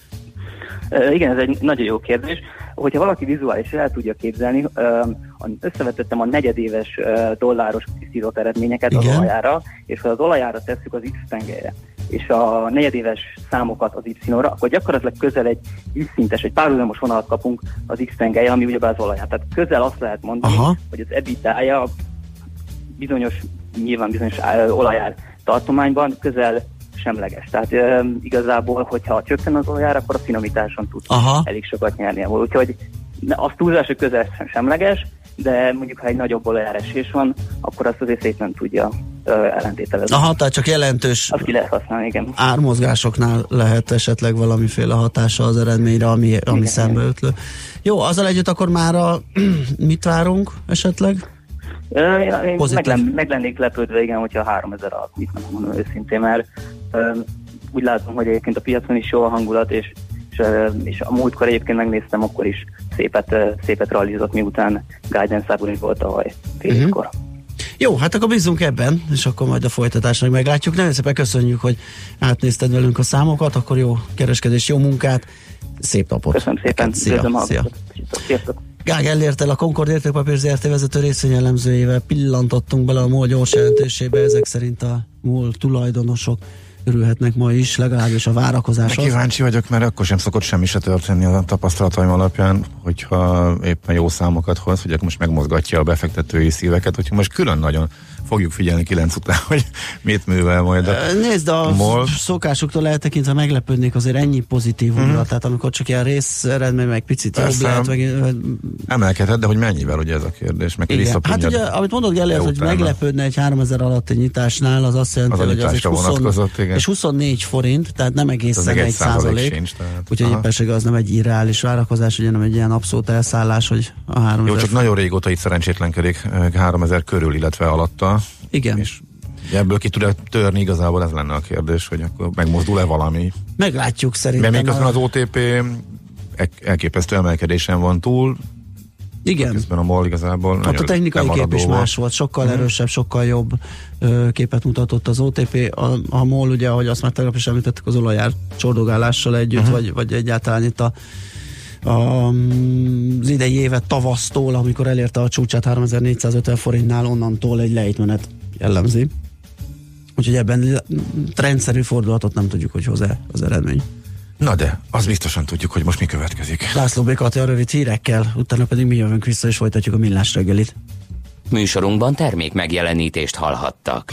M: Uh, igen, ez egy nagyon jó kérdés. Hogyha valaki vizuálisan el tudja képzelni, összevetettem a negyedéves dolláros tisztított eredményeket az olajára, és ha az olajára tesszük az X-tengelyre, és a negyedéves számokat az Y-ra, akkor gyakorlatilag közel egy vízszintes, egy párhuzamos vonalat kapunk az X-tengelye, ami ugyebár az olajár. Tehát közel azt lehet mondani, aha, hogy az EBITDA-ja bizonyos, nyilván bizonyos olajár tartományban közel semleges. Tehát e, igazából, hogyha csökken az olajár, akkor a finomításon tud aha, elég sokat nyerni. Úgyhogy az túlzásra közel semleges, de mondjuk, ha egy nagyobb olajáresés van, akkor azt azért szépen tudja ö, ellentételezni.
D: Aha, tehát csak jelentős
M: azt ki lehet használni, igen.
D: Ármozgásoknál lehet esetleg valamiféle hatása az eredményre, ami, ami szembeötlő. Jó, azzal együtt akkor már a, mit várunk esetleg?
M: Ö, én meg, meg lennék lepődve, igen, hogyha háromezer alatt, mit nem mondom őszintén, mert ö, úgy látom, hogy egyébként a piacon is jó a hangulat, és, és, és a múltkor egyébként megnéztem, akkor is szépet, szépet realizott, miután guidance is volt tavaly féliskor. Uh-huh.
D: Jó, hát akkor bízunk ebben, és akkor majd a folytatásnak meglátjuk. Nagyon szépen köszönjük, hogy átnézted velünk a számokat, akkor jó kereskedés, jó munkát, szép napot.
M: Köszönöm szépen,
D: szia. Szia. Gál Gellérttel, a Concord Értékpapír zé er té vezető részvényelemzőjével pillantottunk bele a MOL gyors jelentésébe, ezek szerint a MOL tulajdonosok örülhetnek ma is, legalábbis a várakozáshoz.
L: Kíváncsi vagyok, mert akkor sem szokott semmi se történni a tapasztalataim alapján, hogyha éppen jó számokat hoz, hogy akkor most megmozgatja a befektetői szíveket, hogyha most külön nagyon fogjuk figyelni kilenc után, hogy mit művel majd a
D: Nézd, a
L: MOL.
D: szokásuktól eltekintve meglepődnék azért ennyi pozitívumra, mm. tehát amikor csak ilyen rész eredmény meg picit jobb lehet. Meg...
L: Emelkedhet, de hogy mennyivel, ugye ez a kérdés, meg
D: hát ugye, amit mondod Gellért, hogy meglepődne egy háromezer alatti nyitásnál, az azt jelenti,
L: az
D: hogy az egy
L: húsz,
D: és huszonnégy forint, tehát nem egészen egy százalék. Sincs, tehát. Úgyhogy éppenséggel az nem egy irreális várakozás, ugye nem egy ilyen abszolút elszállás, hogy a háromezer.
L: Jó, csak nagyon régóta itt szerencsétlenkedik háromezer körül, illetve alatta.
D: Igen.
L: És ebből ki tud törni, igazából ez lenne a kérdés, hogy akkor megmozdul-e valami.
D: Meglátjuk szerintem.
L: De még közben az o té pé elképesztő emelkedésen van túl.
D: Igen.
L: Közben a MOL igazából
D: hát a technikai kép is más volt, sokkal mm. erősebb, sokkal jobb ö, képet mutatott az o té pé. A, a MOL ugye, ahogy azt már tegnap is említettük, az olajár csordogálással együtt, mm. vagy, vagy egyáltalán itt a A, az idei évet tavasztól, amikor elérte a csúcsát háromezer-négyszázötven forintnál, onnantól egy lejtmenet jellemzi. Úgyhogy ebben trendszerű fordulatot nem tudjuk, hogy hoz-e az eredmény.
L: Na de, az biztosan tudjuk, hogy most mi következik.
D: László bé. Kati a rövid hírekkel, utána pedig mi jövünk vissza és folytatjuk a Millás reggelit.
A: Műsorunkban termék megjelenítést hallhattak.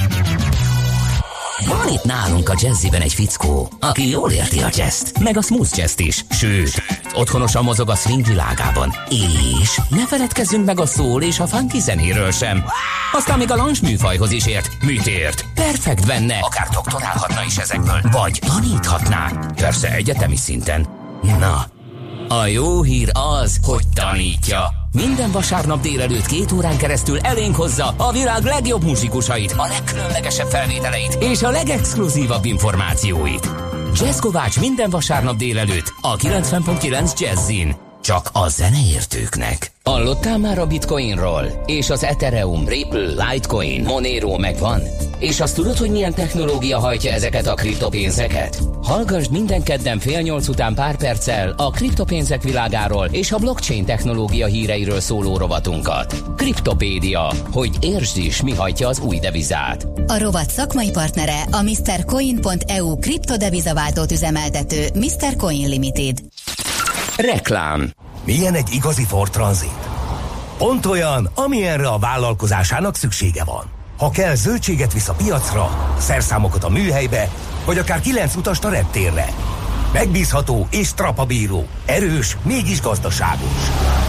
A: Van itt nálunk a Jazziben egy fickó, aki jól érti a jazzt, meg a smooth jazzt is, sőt, otthonosan mozog a swing világában. És ne feledkezzünk meg a soul és a funky zenéről sem. Aztán még a lounge műfajhoz is ért. Mit ért? Perfekt benne, akár doktorálhatna is ezekből, vagy taníthatná. Persze egyetemi szinten. Na, a jó hír az, hogy tanítja. Minden vasárnap délelőtt két órán keresztül elénk hozza a világ legjobb muzsikusait, a legkülönlegesebb felvételeit és a legexkluzívabb információit. Jazz Kovács minden vasárnap délelőtt a kilencven pont kilenc Jazzin. Csak a zeneértőknek. Hallottál már a Bitcoinról? És az Ethereum, Ripple, Litecoin, Monero megvan? És azt tudod, hogy milyen technológia hajtja ezeket a kriptopénzeket? Hallgassd minden kedden fél nyolc után pár perccel a kriptopénzek világáról és a blockchain technológia híreiről szóló rovatunkat. Kriptopédia, hogy értsd is, mi hajtja az új devizát.
J: A rovat szakmai partnere a mister coin pont e u kriptodevizaváltót üzemeltető mister Coin Limited.
A: Reklám.
B: Milyen egy igazi Ford Transit? Pont olyan, amilyenre a vállalkozásának szüksége van. Ha kell, zöldséget visz a piacra, szerszámokat a műhelybe, vagy akár kilenc utast a reptérre. Megbízható és trapabíró, erős, mégis gazdaságos.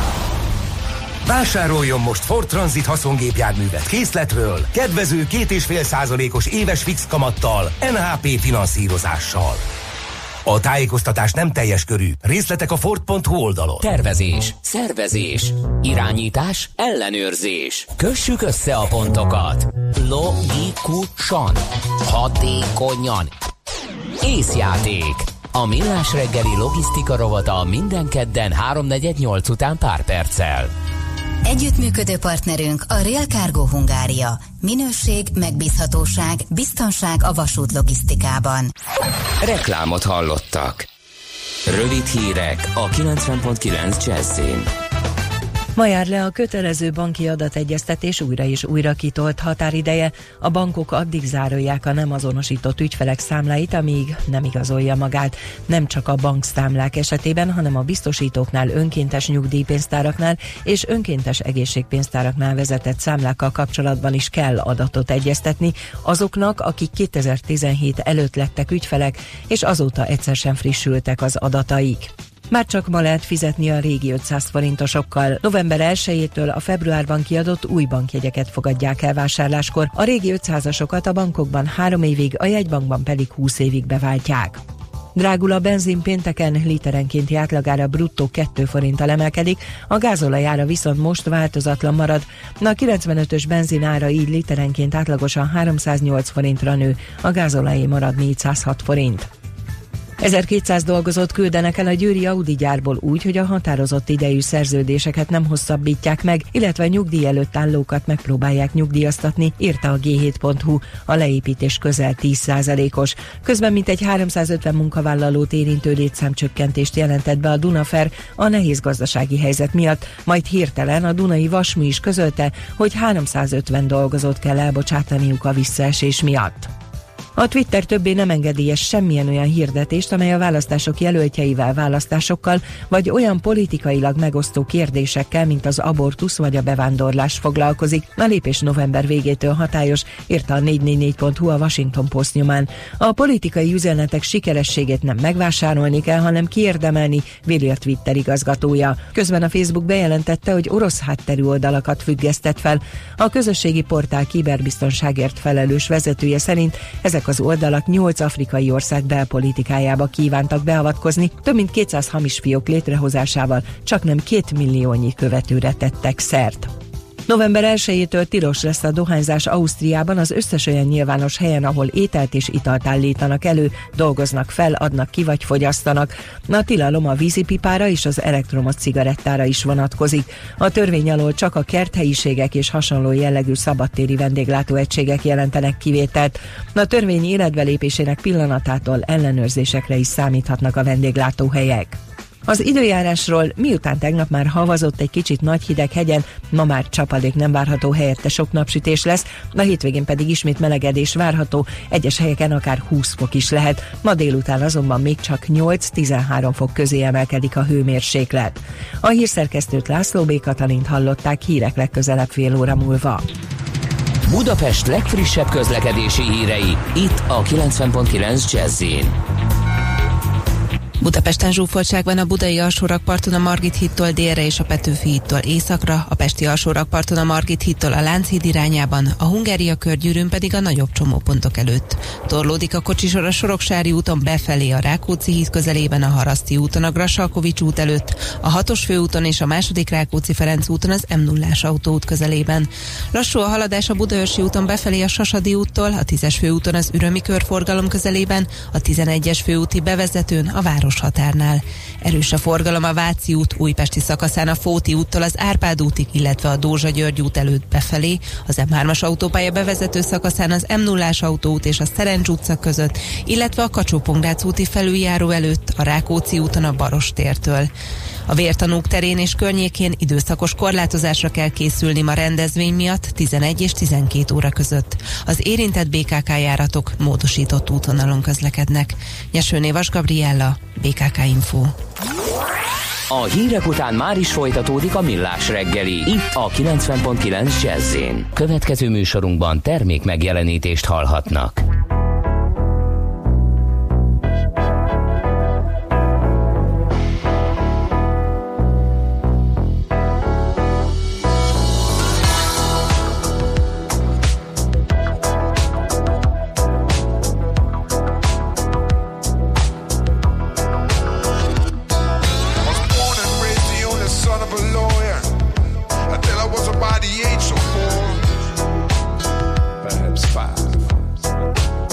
B: Vásároljon most Ford Transit haszongépjárművet készletről, kedvező két egész öt százalékos éves fix kamattal, en há pé finanszírozással. A tájékoztatás nem teljes körű. Részletek a ford pont hu oldalon.
A: Tervezés, szervezés, irányítás, ellenőrzés. Kössük össze a pontokat. Logikusan, hatékonyan. Észjáték. A Millás reggeli logisztika rovata minden kedden háromnegyed-nyolc után pár perccel.
J: Együttműködő partnerünk a Rail Cargo Hungária. Minőség, megbízhatóság, biztonság a vasút logisztikában.
A: Reklámot hallottak. Rövid hírek a kilencven pont kilenc Jazzin.
H: Ma jár le a kötelező banki adategyeztetés újra és újra kitolt határideje. A bankok addig zárolják a nem azonosított ügyfelek számláit, amíg nem igazolja magát. Nem csak a bankszámlák esetében, hanem a biztosítóknál, önkéntes nyugdíjpénztáraknál és önkéntes egészségpénztáraknál vezetett számlákkal kapcsolatban is kell adatot egyeztetni azoknak, akik kétezer-tizenhét előtt lettek ügyfelek, és azóta egyszer sem frissültek az adataik. Már csak ma lehet fizetni a régi ötszáz forintosokkal. november elsejétől a februárban kiadott új bankjegyeket fogadják el vásárláskor. A régi ötszázasokat a bankokban három évig, a jegybankban pedig húsz évig beváltják. Drágul a benzin pénteken, literenkénti átlagára bruttó két forinttal emelkedik, a gázolajára viszont most változatlan marad. A kilencvenötös benzin ára így literenként átlagosan háromszáznyolc forintra nő, a gázolajé marad négyszázhat forint. ezerkétszáz dolgozót küldenek el a győri Audi gyárból úgy, hogy a határozott idejű szerződéseket nem hosszabbítják meg, illetve nyugdíj előtt állókat megpróbálják nyugdíjaztatni, írta a gé hét pont hu. A leépítés közel tíz százalékos. Közben mintegy háromszázötven munkavállalót érintő létszámcsökkentést jelentett be a Dunafer a nehéz gazdasági helyzet miatt, majd hirtelen a Dunai Vasmű is közölte, hogy háromszázötven dolgozót kell elbocsátaniuk a visszaesés miatt. A Twitter többé nem engedélyes semmilyen olyan hirdetést, amely a választások jelöltjeivel, választásokkal, vagy olyan politikailag megosztó kérdésekkel, mint az abortusz vagy a bevándorlás foglalkozik. A lépés november végétől hatályos, írta a négy négy négy pont hu a Washington Post nyomán. A politikai üzenetek sikerességét nem megvásárolni kell, hanem kiérdemelni, véli a Twitter igazgatója. Közben a Facebook bejelentette, hogy orosz hátterű oldalakat függesztett fel. A közösségi portál kiberbiztonságért felelős vezetője szerint ezek az oldalak nyolc afrikai ország belpolitikájába kívántak beavatkozni, több mint kétszáz hamis fiók létrehozásával csaknem két milliónyi követőre tettek szert. November elsejétől tilos lesz a dohányzás Ausztriában az összes olyan nyilvános helyen, ahol ételt és italt állítanak elő, dolgoznak fel, adnak ki vagy fogyasztanak. A tilalom a vízipipára és az elektromos cigarettára is vonatkozik. A törvény alól csak a kerthelyiségek és hasonló jellegű szabadtéri vendéglátóegységek jelentenek kivételt. A törvény életbelépésének pillanatától ellenőrzésekre is számíthatnak a vendéglátóhelyek. Az időjárásról, miután tegnap már havazott egy kicsit nagy hideg hegyen, ma már csapadék nem várható, helyette sok napsütés lesz, a hétvégén pedig ismét melegedés várható, egyes helyeken akár húsz fok is lehet, ma délután azonban még csak nyolc-tizenhárom fok közé emelkedik a hőmérséklet. A hírszerkesztőt, László B. Katalint hallották, hírek legközelebb fél óra múlva.
A: Budapest legfrissebb közlekedési hírei, itt a kilencven pont kilenc Jazz-in.
N: Budapesten zsúfoltság van a budai alsórakparton a Margit hídtól délre és a Petőfi hídtól északra, a pesti alsórakparton a Margit hídtól a Lánchíd irányában, a Hungária körgyűrűn pedig a nagyobb csomópontok előtt. Torlódik a kocsisor a Soroksári úton befelé a Rákóczi híd közelében, a Haraszti úton a Grassalkovich út előtt, a hatos főúton és a második Rákóczi-Ferenc úton az em nullás autóút közelében. Lassú a haladás a Budaörsi úton befelé a Sasadi úttól, a tízes főúton az Ürömi körforgalom közelében, a tizenegyes főúti bevezetőn a város határnál. Erős a forgalom a Váci út újpesti szakaszán a Fóti úttól az Árpád útig, illetve a Dózsa-György út előtt befelé, az em hármas autópálya bevezető szakaszán az em nullás autóút és a Szerencs utca között, illetve a Kacsó-Pongrác úti felüljáró előtt a Rákóczi úton a Barostértől. A vértanúk terén és környékén időszakos korlátozásra kell készülni ma rendezvény miatt tizenegy és tizenkét óra között. Az érintett bé ká ká járatok módosított útvonalon közlekednek. Nyesőné Vas Gabriella, bé ká ká Info.
A: A hírek után már is folytatódik a Millás reggeli, itt a kilencven pont kilenc Jazz-in. Következő műsorunkban termék megjelenítést hallhatnak.
O: Perhaps five.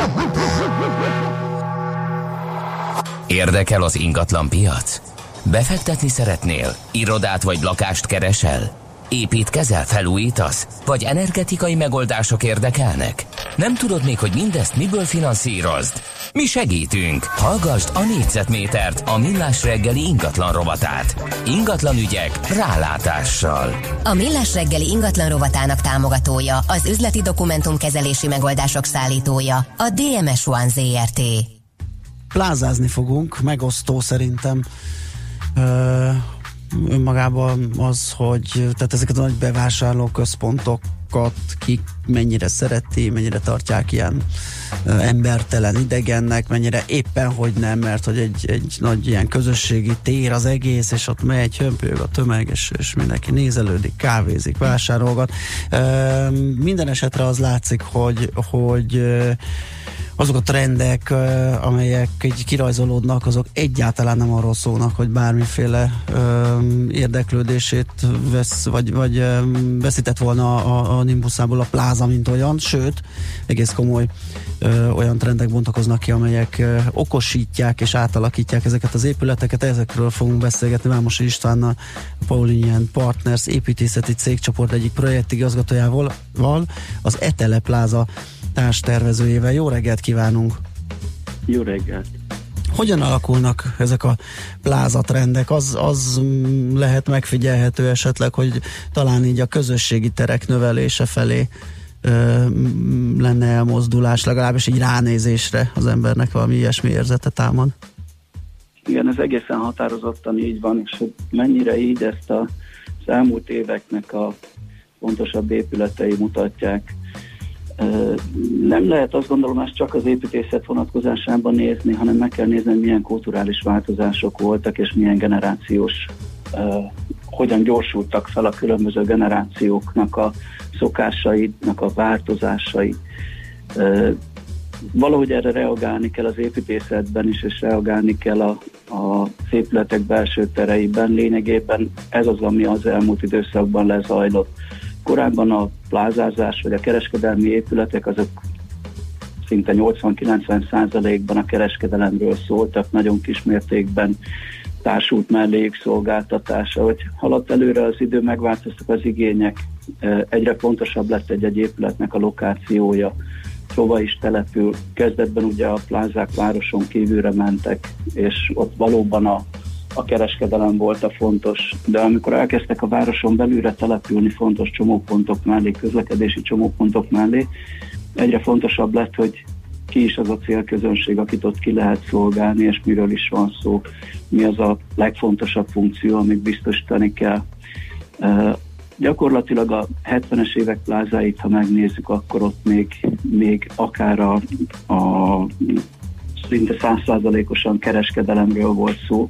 A: Érdekel az ingatlan piac? Befektetni szeretnél? Irodát vagy lakást keresel? Építkezel, felújítasz? Vagy energetikai megoldások érdekelnek? Nem tudod még, hogy mindezt miből finanszírozd? Mi segítünk! Hallgasd a négyzetmétert, a Millás reggeli ingatlan rovatát. Ingatlan ügyek rálátással.
J: A Millás reggeli ingatlan rovatának támogatója, az üzleti dokumentumkezelési megoldások szállítója, a dé em es One zé er té.
D: Plázázni fogunk, megosztó szerintem. Ö, önmagában az, hogy tehát ezeket a nagy bevásárlóközpontokat ki mennyire szereti, mennyire tartják ilyen ö, embertelen, idegennek, mennyire éppen, hogy nem, mert hogy egy, egy nagy ilyen közösségi tér az egész, és ott megy, hömpölyög a tömeg, és, és mindenki nézelődik, kávézik, vásárolgat. Ö, minden esetre az látszik, hogy, hogy ö, azok a trendek, amelyek így kirajzolódnak, azok egyáltalán nem arról szólnak, hogy bármiféle ö, érdeklődését vesz, vagy, vagy ö, veszített volna a, a nimbuszából a pláza, mint olyan, sőt, egész komoly ö, olyan trendek bontakoznak ki, amelyek ö, okosítják és átalakítják ezeket az épületeket. Ezekről fogunk beszélgetni Vámosi Istvánnal, a Paulinian Partners építészeti cégcsoport egyik projektigazgatójával, az Etele Pláza társtervezőjével. Jó reggelt kívánunk!
O: Jó reggelt!
D: Hogyan alakulnak ezek a plázatrendek? Az, az lehet megfigyelhető esetleg, hogy talán így a közösségi terek növelése felé ö, lenne elmozdulás, legalábbis így ránézésre az embernek valami ilyesmi érzete támad?
O: Igen, ez egészen határozottan így van, és hogy mennyire így ezt a, az elmúlt éveknek a fontosabb épületei mutatják. Nem lehet azt gondolom ezt csak az építészet vonatkozásában nézni, hanem meg kell nézni, hogy milyen kulturális változások voltak, és milyen generációs, uh, hogyan gyorsultak fel a különböző generációknak a szokásainak a változásai. Uh, valahogy erre reagálni kell az építészetben is, és reagálni kell a, a épületek belső tereiben. Lényegében ez az, ami az elmúlt időszakban lezajlott. Korábban a plázázás vagy a kereskedelmi épületek azok szinte nyolcvan-kilencven százalékban a kereskedelemről szóltak, nagyon kis mértékben társult melléjük szolgáltatása. Hogy haladt előre az idő, megváltoztak az igények, egyre fontosabb lett egy-egy épületnek a lokációja, hova is települ. Kezdetben ugye a plázák városon kívülre mentek, és ott valóban a a kereskedelem volt a fontos, de amikor elkezdtek a városon belülre települni fontos csomópontok mellé, közlekedési csomópontok mellé, egyre fontosabb lett, hogy ki is az a célközönség, akit ott ki lehet szolgálni, és miről is van szó, mi az a legfontosabb funkció, amit biztosítani kell. Uh, gyakorlatilag a hetvenes évek plázáit, ha megnézzük, akkor ott még, még akár a, a szinte száz százalékosan kereskedelemről volt szó.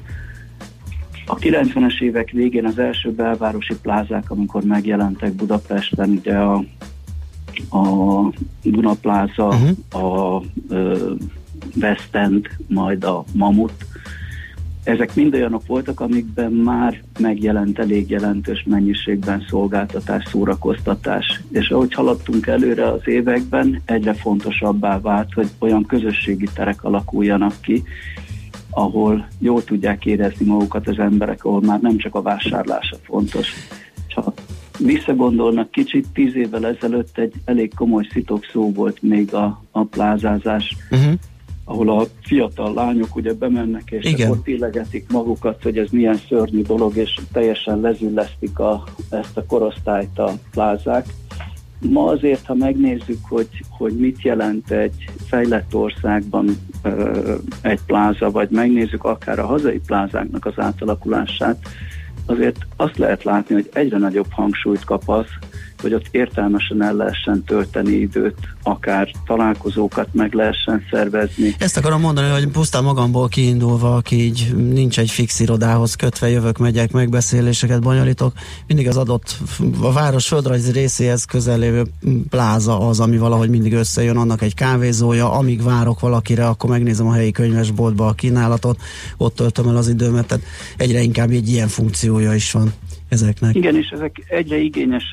O: A kilencvenes évek végén az első belvárosi plázák, amikor megjelentek Budapesten, ugye a, a Duna Pláza, uh-huh. a ö, West End, majd a Mamut, ezek mind olyanok voltak, amikben már megjelent elég jelentős mennyiségben szolgáltatás, szórakoztatás. És ahogy haladtunk előre az években, egyre fontosabbá vált, hogy olyan közösségi terek alakuljanak ki, ahol jól tudják érezni magukat az emberek, ahol már nem csak a vásárlása fontos. Ha visszagondolnak kicsit, tíz évvel ezelőtt egy elég komoly szitokszó volt még a, a plázázás, uh-huh. ahol a fiatal lányok ugye bemennek, és Igen. akkor illegetik magukat, hogy ez milyen szörnyű dolog, és teljesen lezüllesztik a, ezt a korosztályt a plázák. Ma azért, ha megnézzük, hogy, hogy mit jelent egy fejlett országban ö, egy pláza, vagy megnézzük akár a hazai plázáknak az átalakulását, azért azt lehet látni, hogy egyre nagyobb hangsúlyt kap az, hogy ott értelmesen el lehessen tölteni időt, akár találkozókat meg lehessen szervezni.
D: Ezt akarom mondani, hogy pusztán magamból kiindulva, aki így nincs egy fix irodához kötve, jövök, megyek, megbeszéléseket bonyolítok, mindig az adott a város földrajzi részéhez közel lévő pláza az, ami valahogy mindig összejön, annak egy kávézója, amíg várok valakire, akkor megnézem a helyi könyvesboltba a kínálatot, ott töltöm el az időmet, tehát egyre inkább egy ilyen funkciója is van ezeknek.
O: Igen, és ezek egyre igényesebb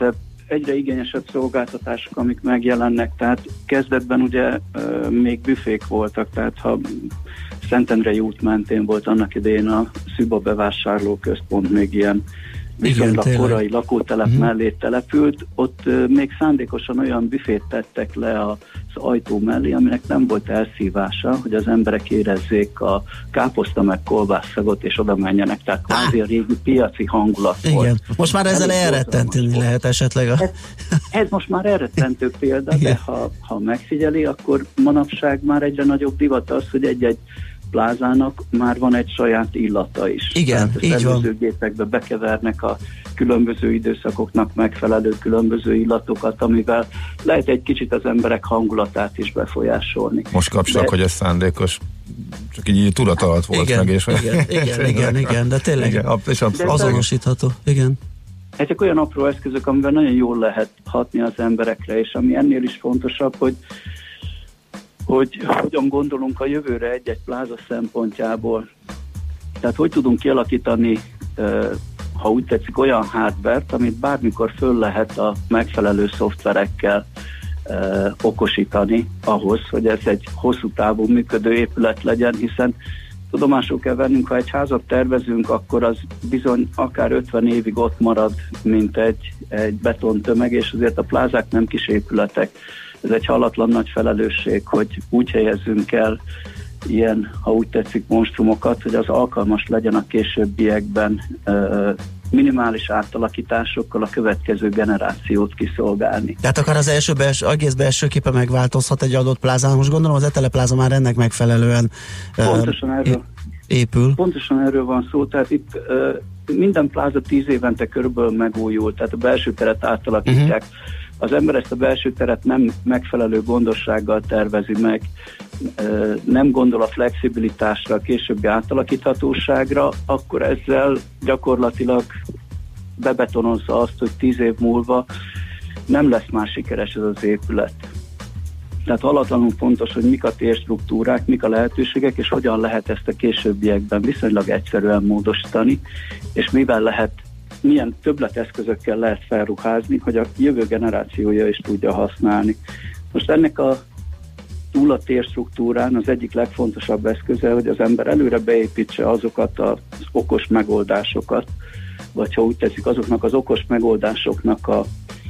O: egyre igényesebb szolgáltatások, amik megjelennek, tehát kezdetben ugye még büfék voltak, tehát ha Szentendrei út mentén volt annak idején a Szüba bevásárlóközpont, még ilyen viszonylag
D: igen,
O: korai lakótelep uh-huh. mellé települt, ott uh, még szándékosan olyan büfét tettek le az ajtó mellé, aminek nem volt elszívása, hogy az emberek érezzék a káposzta meg kolbászagot, és oda menjenek, tehát kvázi a régi piaci hangulat
D: igen.
O: volt.
D: Most már ezzel elrettenteni lehet esetleg. A...
O: Ez, ez most már elrettentő példa, igen. De ha, ha megfigyeli, akkor manapság már egyre nagyobb divat az, hogy egy-egy plázának már van egy saját illata is.
D: Igen,
O: tehát így van. Gépekbe bekevernek a különböző időszakoknak megfelelő különböző illatokat, amivel lehet egy kicsit az emberek hangulatát is befolyásolni.
L: Most kapcsolok, de... hogy ez szándékos, csak így tudat alatt volt
D: igen,
L: meg. És
D: igen, igen, igen, igen, de tényleg igen, és azonosítható. Igen.
O: Ezek olyan apró eszközök, amivel nagyon jól lehet hatni az emberekre, és ami ennél is fontosabb, hogy hogy hogyan gondolunk a jövőre egy-egy pláza szempontjából. Tehát hogy tudunk kialakítani, ha úgy tetszik, olyan hardware-t, amit bármikor föl lehet a megfelelő szoftverekkel okosítani ahhoz, hogy ez egy hosszú távú működő épület legyen, hiszen tudomásul kell vennünk, ha egy házat tervezünk, akkor az bizony akár ötven évig ott marad, mint egy, egy betontömeg, és azért a plázák nem kis épületek. Ez egy hallatlan nagy felelősség, hogy úgy helyezzünk el ilyen, ha úgy tetszik, monstrumokat, hogy az alkalmas legyen a későbbiekben minimális átalakításokkal a következő generációt kiszolgálni.
D: Tehát akár az első belső, egész belső képe megváltozhat egy adott plázán. Most gondolom az Etele pláza már ennek megfelelően
O: pontosan erről,
D: épül.
O: Pontosan erről van szó, tehát itt minden pláza tíz évente körülbelül megújul, tehát a belső teret átalakítják. Uh-huh. Az ember ezt a belső teret nem megfelelő gondossággal tervezi meg, nem gondol a flexibilitásra, a későbbi átalakíthatóságra, akkor ezzel gyakorlatilag bebetonozza azt, hogy tíz év múlva nem lesz már sikeres ez az épület. Tehát hallatlanul fontos, hogy mik a térstruktúrák, mik a lehetőségek, és hogyan lehet ezt a későbbiekben viszonylag egyszerűen módosítani, és mivel lehet, milyen többleteszközökkel lehet felruházni, hogy a jövő generációja is tudja használni. Most ennek a túl a térstruktúrán az egyik legfontosabb eszköze, hogy az ember előre beépítse azokat az okos megoldásokat, vagy ha úgy teszik, azoknak az okos megoldásoknak a,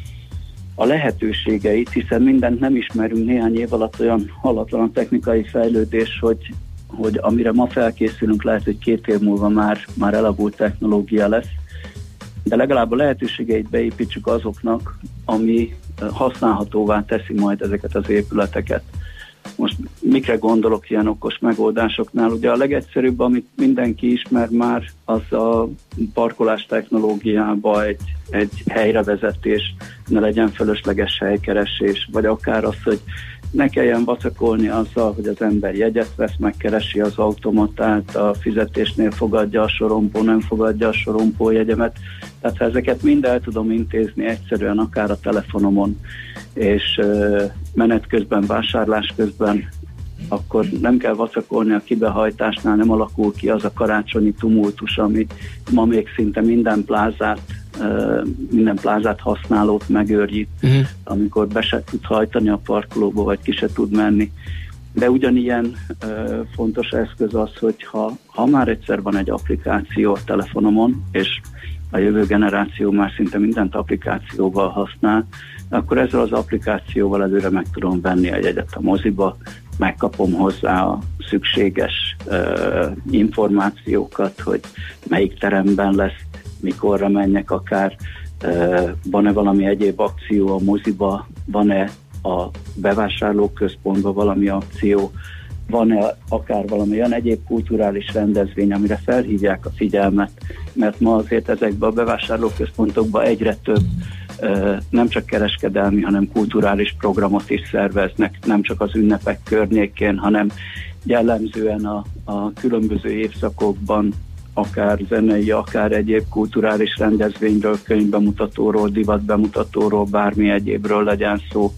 O: a lehetőségeit, hiszen mindent nem ismerünk, néhány év alatt olyan hallatlan a technikai fejlődés, hogy, hogy amire ma felkészülünk, lehet, hogy két év múlva már, már elavult technológia lesz, de legalább a lehetőségeit beépítsük azoknak, ami használhatóvá teszi majd ezeket az épületeket. Most mikre gondolok ilyen okos megoldásoknál? Ugye a legegyszerűbb, amit mindenki ismer már, az a parkolás technológiába egy, egy helyrevezetés, ne legyen fölösleges helykeresés, vagy akár az, hogy ne kelljen vacakolni azzal, hogy az ember jegyet vesz, megkeresi az automatát, a fizetésnél fogadja a sorompó, nem fogadja a sorompó jegyemet. Tehát ha ezeket mind el tudom intézni egyszerűen, akár a telefonomon, és uh, menet közben, vásárlás közben, akkor nem kell vacakolni a kibehajtásnál, nem alakul ki az a karácsonyi tumultus, ami ma még szinte minden plázát, uh, minden plázát használót megőrjít, uh-huh. amikor be se tud hajtani a parkolóba, vagy ki se tud menni. De ugyanilyen uh, fontos eszköz az, hogy ha, ha már egyszer van egy applikáció a telefonomon, és a jövő generáció már szinte mindent applikációval használ, akkor ezzel az applikációval előre meg tudom venni a jegyet a moziba, megkapom hozzá a szükséges uh, információkat, hogy melyik teremben lesz, mikorra menjek akár, uh, van-e valami egyéb akció a moziba, van-e a bevásárlóközpontban valami akció, van-e akár valami olyan egyéb kulturális rendezvény, amire felhívják a figyelmet, mert ma azért ezekben a bevásárlóközpontokban egyre több nem csak kereskedelmi, hanem kulturális programot is szerveznek, nem csak az ünnepek környékén, hanem jellemzően a, a különböző évszakokban akár zenei, akár egyéb kulturális rendezvényről, könyvbemutatóról, divatbemutatóról, bármi egyébről legyen szó.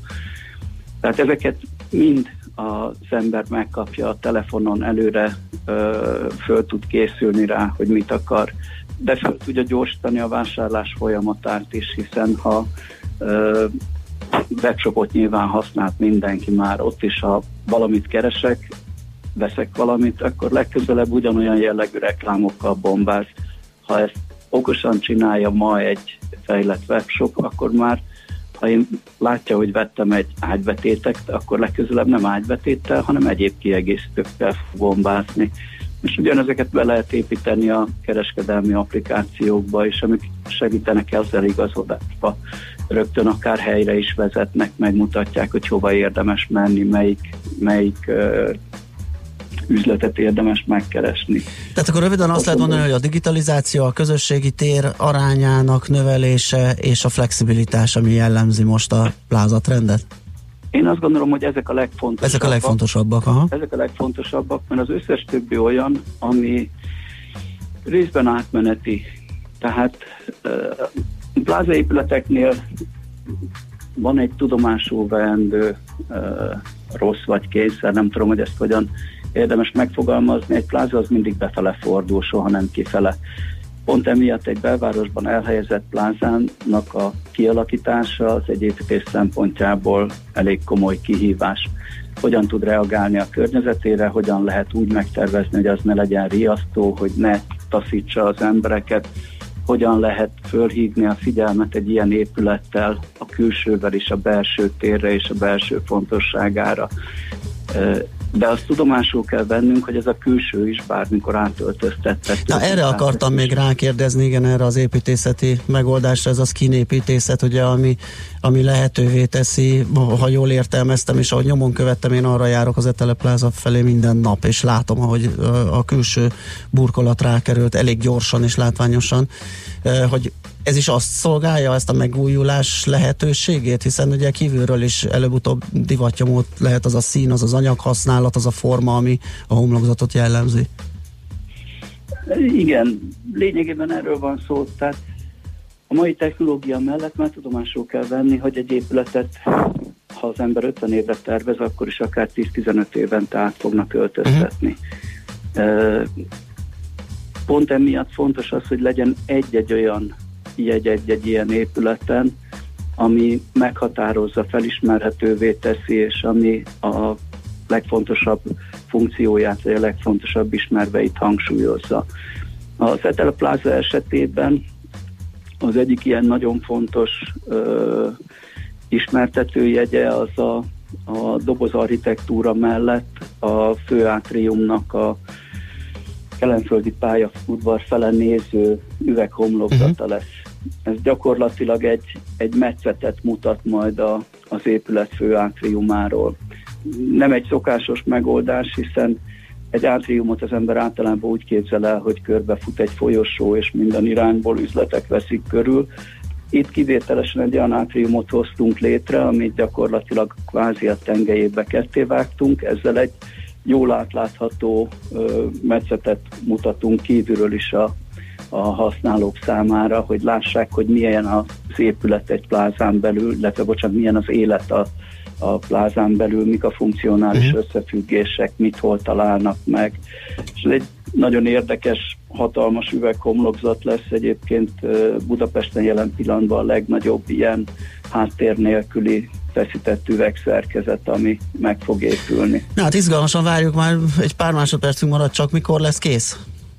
O: Tehát ezeket mind az ember megkapja a telefonon, előre ö, föl tud készülni rá, hogy mit akar, de fel tudja gyorsítani a vásárlás folyamatát is, hiszen ha webshopot nyilván használt mindenki már, ott is, ha valamit keresek, veszek valamit, akkor legközelebb ugyanolyan jellegű reklámokkal bombáz. Ha ezt okosan csinálja ma egy fejlett webshop, akkor már, ha én látja, hogy vettem egy ágybetétet, akkor legközelebb nem ágybetéttel, hanem egyéb kiegészítőkkel fog bombázni. És ugyanezeket be lehet építeni a kereskedelmi applikációkba is, amik segítenek ezzel igazodásba. Rögtön akár helyre is vezetnek, megmutatják, hogy hova érdemes menni, melyik, melyik uh, üzletet érdemes megkeresni.
D: Tehát akkor röviden azt lehet mondani, hogy a digitalizáció, a közösségi tér arányának növelése és a flexibilitás, ami jellemzi most a Plaza trendet?
O: Én azt gondolom, hogy ezek a legfontosabbak.
D: Ezek a legfontosabbak, aha.
O: Ezek a legfontosabbak, mert az összes többi olyan, ami részben átmeneti. Tehát uh, Plaza épületeknél van egy tudomásul veendő uh, rossz vagy kényszer, nem tudom, hogy ezt hogyan érdemes megfogalmazni. Egy pláza az mindig befele fordul, soha nem kifele. Pont emiatt egy belvárosban elhelyezett plázának a kialakítása az egy építés szempontjából elég komoly kihívás. Hogyan tud reagálni a környezetére, hogyan lehet úgy megtervezni, hogy az ne legyen riasztó, hogy ne taszítsa az embereket, hogyan lehet fölhívni a figyelmet egy ilyen épülettel a külsővel is, a belső térre és a belső fontosságára. De azt tudomásul kell vennünk, hogy ez a külső is bármikor átöltöztetett.
D: Na erre akartam még rákérdezni, igen, erre az építészeti megoldásra, ez a szkínépítészet, ugye, ami, ami lehetővé teszi, ha jól értelmeztem, és ahogy nyomon követtem, én arra járok az Etele Plaza felé minden nap, és látom, ahogy a külső burkolat rákerült elég gyorsan és látványosan, hogy ez is azt szolgálja, ezt a megújulás lehetőségét, hiszen ugye kívülről is előbb-utóbb divattyomót lehet az a szín, az az anyaghasználat, az a forma, ami a homlokzatot jellemzi.
O: Igen, lényegében erről van szó, tehát a mai technológia mellett már tudomásul kell venni, hogy egy épületet, ha az ember ötven évre tervez, akkor is akár tíz-tizenöt évente át fognak öltöztetni. Uh-huh. Pont emiatt fontos az, hogy legyen egy-egy olyan jegy egy-egy ilyen épületen, ami meghatározza, felismerhetővé teszi, és ami a legfontosabb funkcióját, vagy a legfontosabb ismerveit hangsúlyozza. Az Etele Plaza esetében az egyik ilyen nagyon fontos ö, ismertetőjegye az a, a dobozarchitektúra mellett a főátriumnak a kelenföldi pályaudvar fele néző üveghomlokzata uh-huh. lesz. Ez gyakorlatilag egy, egy metszetet mutat majd a, az épület főátriumáról. Nem egy szokásos megoldás, hiszen egy átriumot az ember általában úgy képzel el, hogy körbefut egy folyosó, és minden irányból üzletek veszik körül. Itt kivételesen egy olyan átriumot hoztunk létre, amit gyakorlatilag kvázi a tengelyébe kettévágtunk, ezzel egy jól átlátható ö, metszetet mutatunk kívülről is a, a használók számára, hogy lássák, hogy milyen az épület egy plázán belül, illetve bocsánat, milyen az élet a, a plázán belül, mik a funkcionális uh-huh. összefüggések, mit hol találnak meg. És ez egy nagyon érdekes, hatalmas üveghomlokzat lesz, egyébként Budapesten jelen pillanatban a legnagyobb ilyen háttér nélküli feszített üvegszerkezet, ami meg fog épülni.
D: Na hát izgalmasan várjuk, már egy pár másodpercünk maradt csak, mikor lesz kész?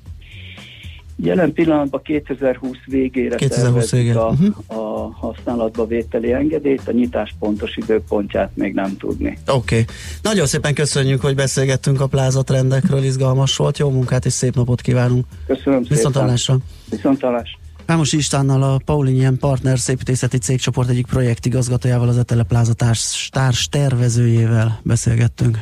O: Jelen pillanatban kétezer-húsz végére
D: kétezer-húsz végére.
O: A,
D: uh-huh.
O: a használatba vételi engedélyt, a nyitás pontos időpontját még nem tudni.
D: Oké. Okay. Nagyon szépen köszönjük, hogy beszélgettünk a Plaza trendekről, izgalmas volt, jó munkát és szép napot kívánunk.
O: Köszönöm szépen.
D: Viszontlátásra.
O: Viszontlátásra.
D: Vámos Istvánnal, a Paulinian Partners építészeti cégcsoport egyik projektigazgatójával, az Etele Plaza társ, társ tervezőjével beszélgettünk.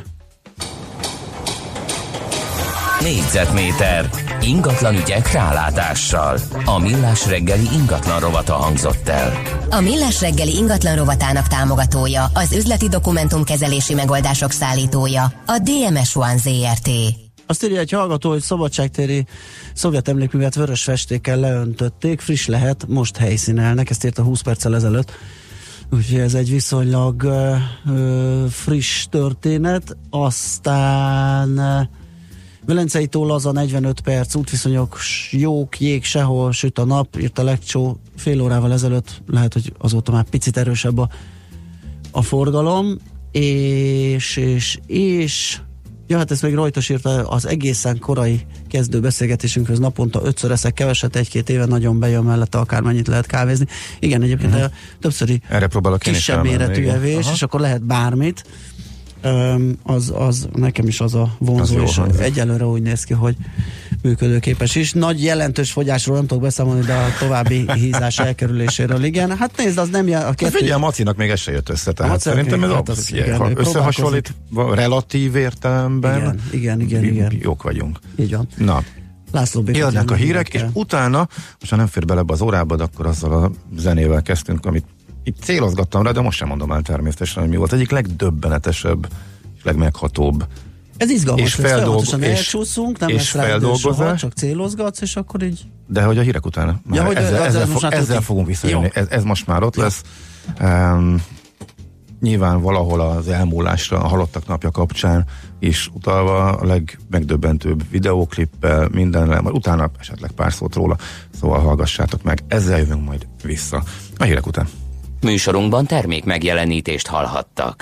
A: Négyzetméter ingatlan ügyek rálátással. A Millás reggeli ingatlan rovata hangzott el.
J: A Millás reggeli ingatlan rovatának támogatója, az üzleti dokumentumkezelési megoldások szállítója, a dé em es One zé er té.
D: Azt írja egy hallgató, hogy szabadságtéri szovjet emlékművet vörös festékkel leöntötték, friss lehet, most helyszínelnek, ezt írta húsz perccel ezelőtt. Úgyhogy ez egy viszonylag ö, friss történet. Aztán Velencei tó laza, negyvenöt perc, útviszonyok jók, jég sehol, süt a nap, írt a Legcsó fél órával ezelőtt, lehet, hogy azóta már picit erősebb a, a forgalom, és, és, és ja, hát ezt még Rojtos írta, az egészen korai kezdő beszélgetésünkhöz naponta ötször eszek keveset, egy-két éve nagyon bejön mellette, akármennyit lehet kávézni. Igen, egyébként uh-huh. a többszöri kisebb méretű evés, és akkor lehet bármit. Um, az, az nekem is az a vonzó, és egyelőre úgy néz ki, hogy működőképes is. Nagy jelentős fogyásról nem tudok beszámolni, de a további hízás elkerüléséről igen. Hát nézd, az nem jel, a kettő...
L: Figyelj, a Macinak még ez se jött össze, tehát szerintem ez hát az, figyelj, igen, összehasonlít relatív értelemben
D: igen, igen, igen, igen.
L: jók vagyunk.
D: Így van.
L: Na,
D: László
L: jönnek a hírek, és utána, most ha nem fér bele az órába, akkor azzal a zenével kezdtünk, amit itt célozgattam rá, de most sem mondom el természetesen, hogy mi volt egyik legdöbbenetesebb és legmeghatóbb.
D: Ez izgalmas,
L: és feldolgozás,
D: és elcsúszunk, nem lesz rá idő soha, csak célozgatsz, és akkor így...
L: De hogy a hírek után.
D: Ja, hogy
L: ezzel,
D: az
L: ezzel,
D: az
L: fog, ezzel fogunk visszajönni. Ez, ez most már ott
D: jó.
L: lesz. Um, nyilván valahol az elmúlásra, a halottak napja kapcsán is utalva a legmegdöbbentőbb videóklippel, mindenre, majd utána esetleg pár szót róla, szóval hallgassátok meg. Ezzel jövünk majd vissza a hírek után.
A: Műsorunkban termék megjelenítést hallhattak.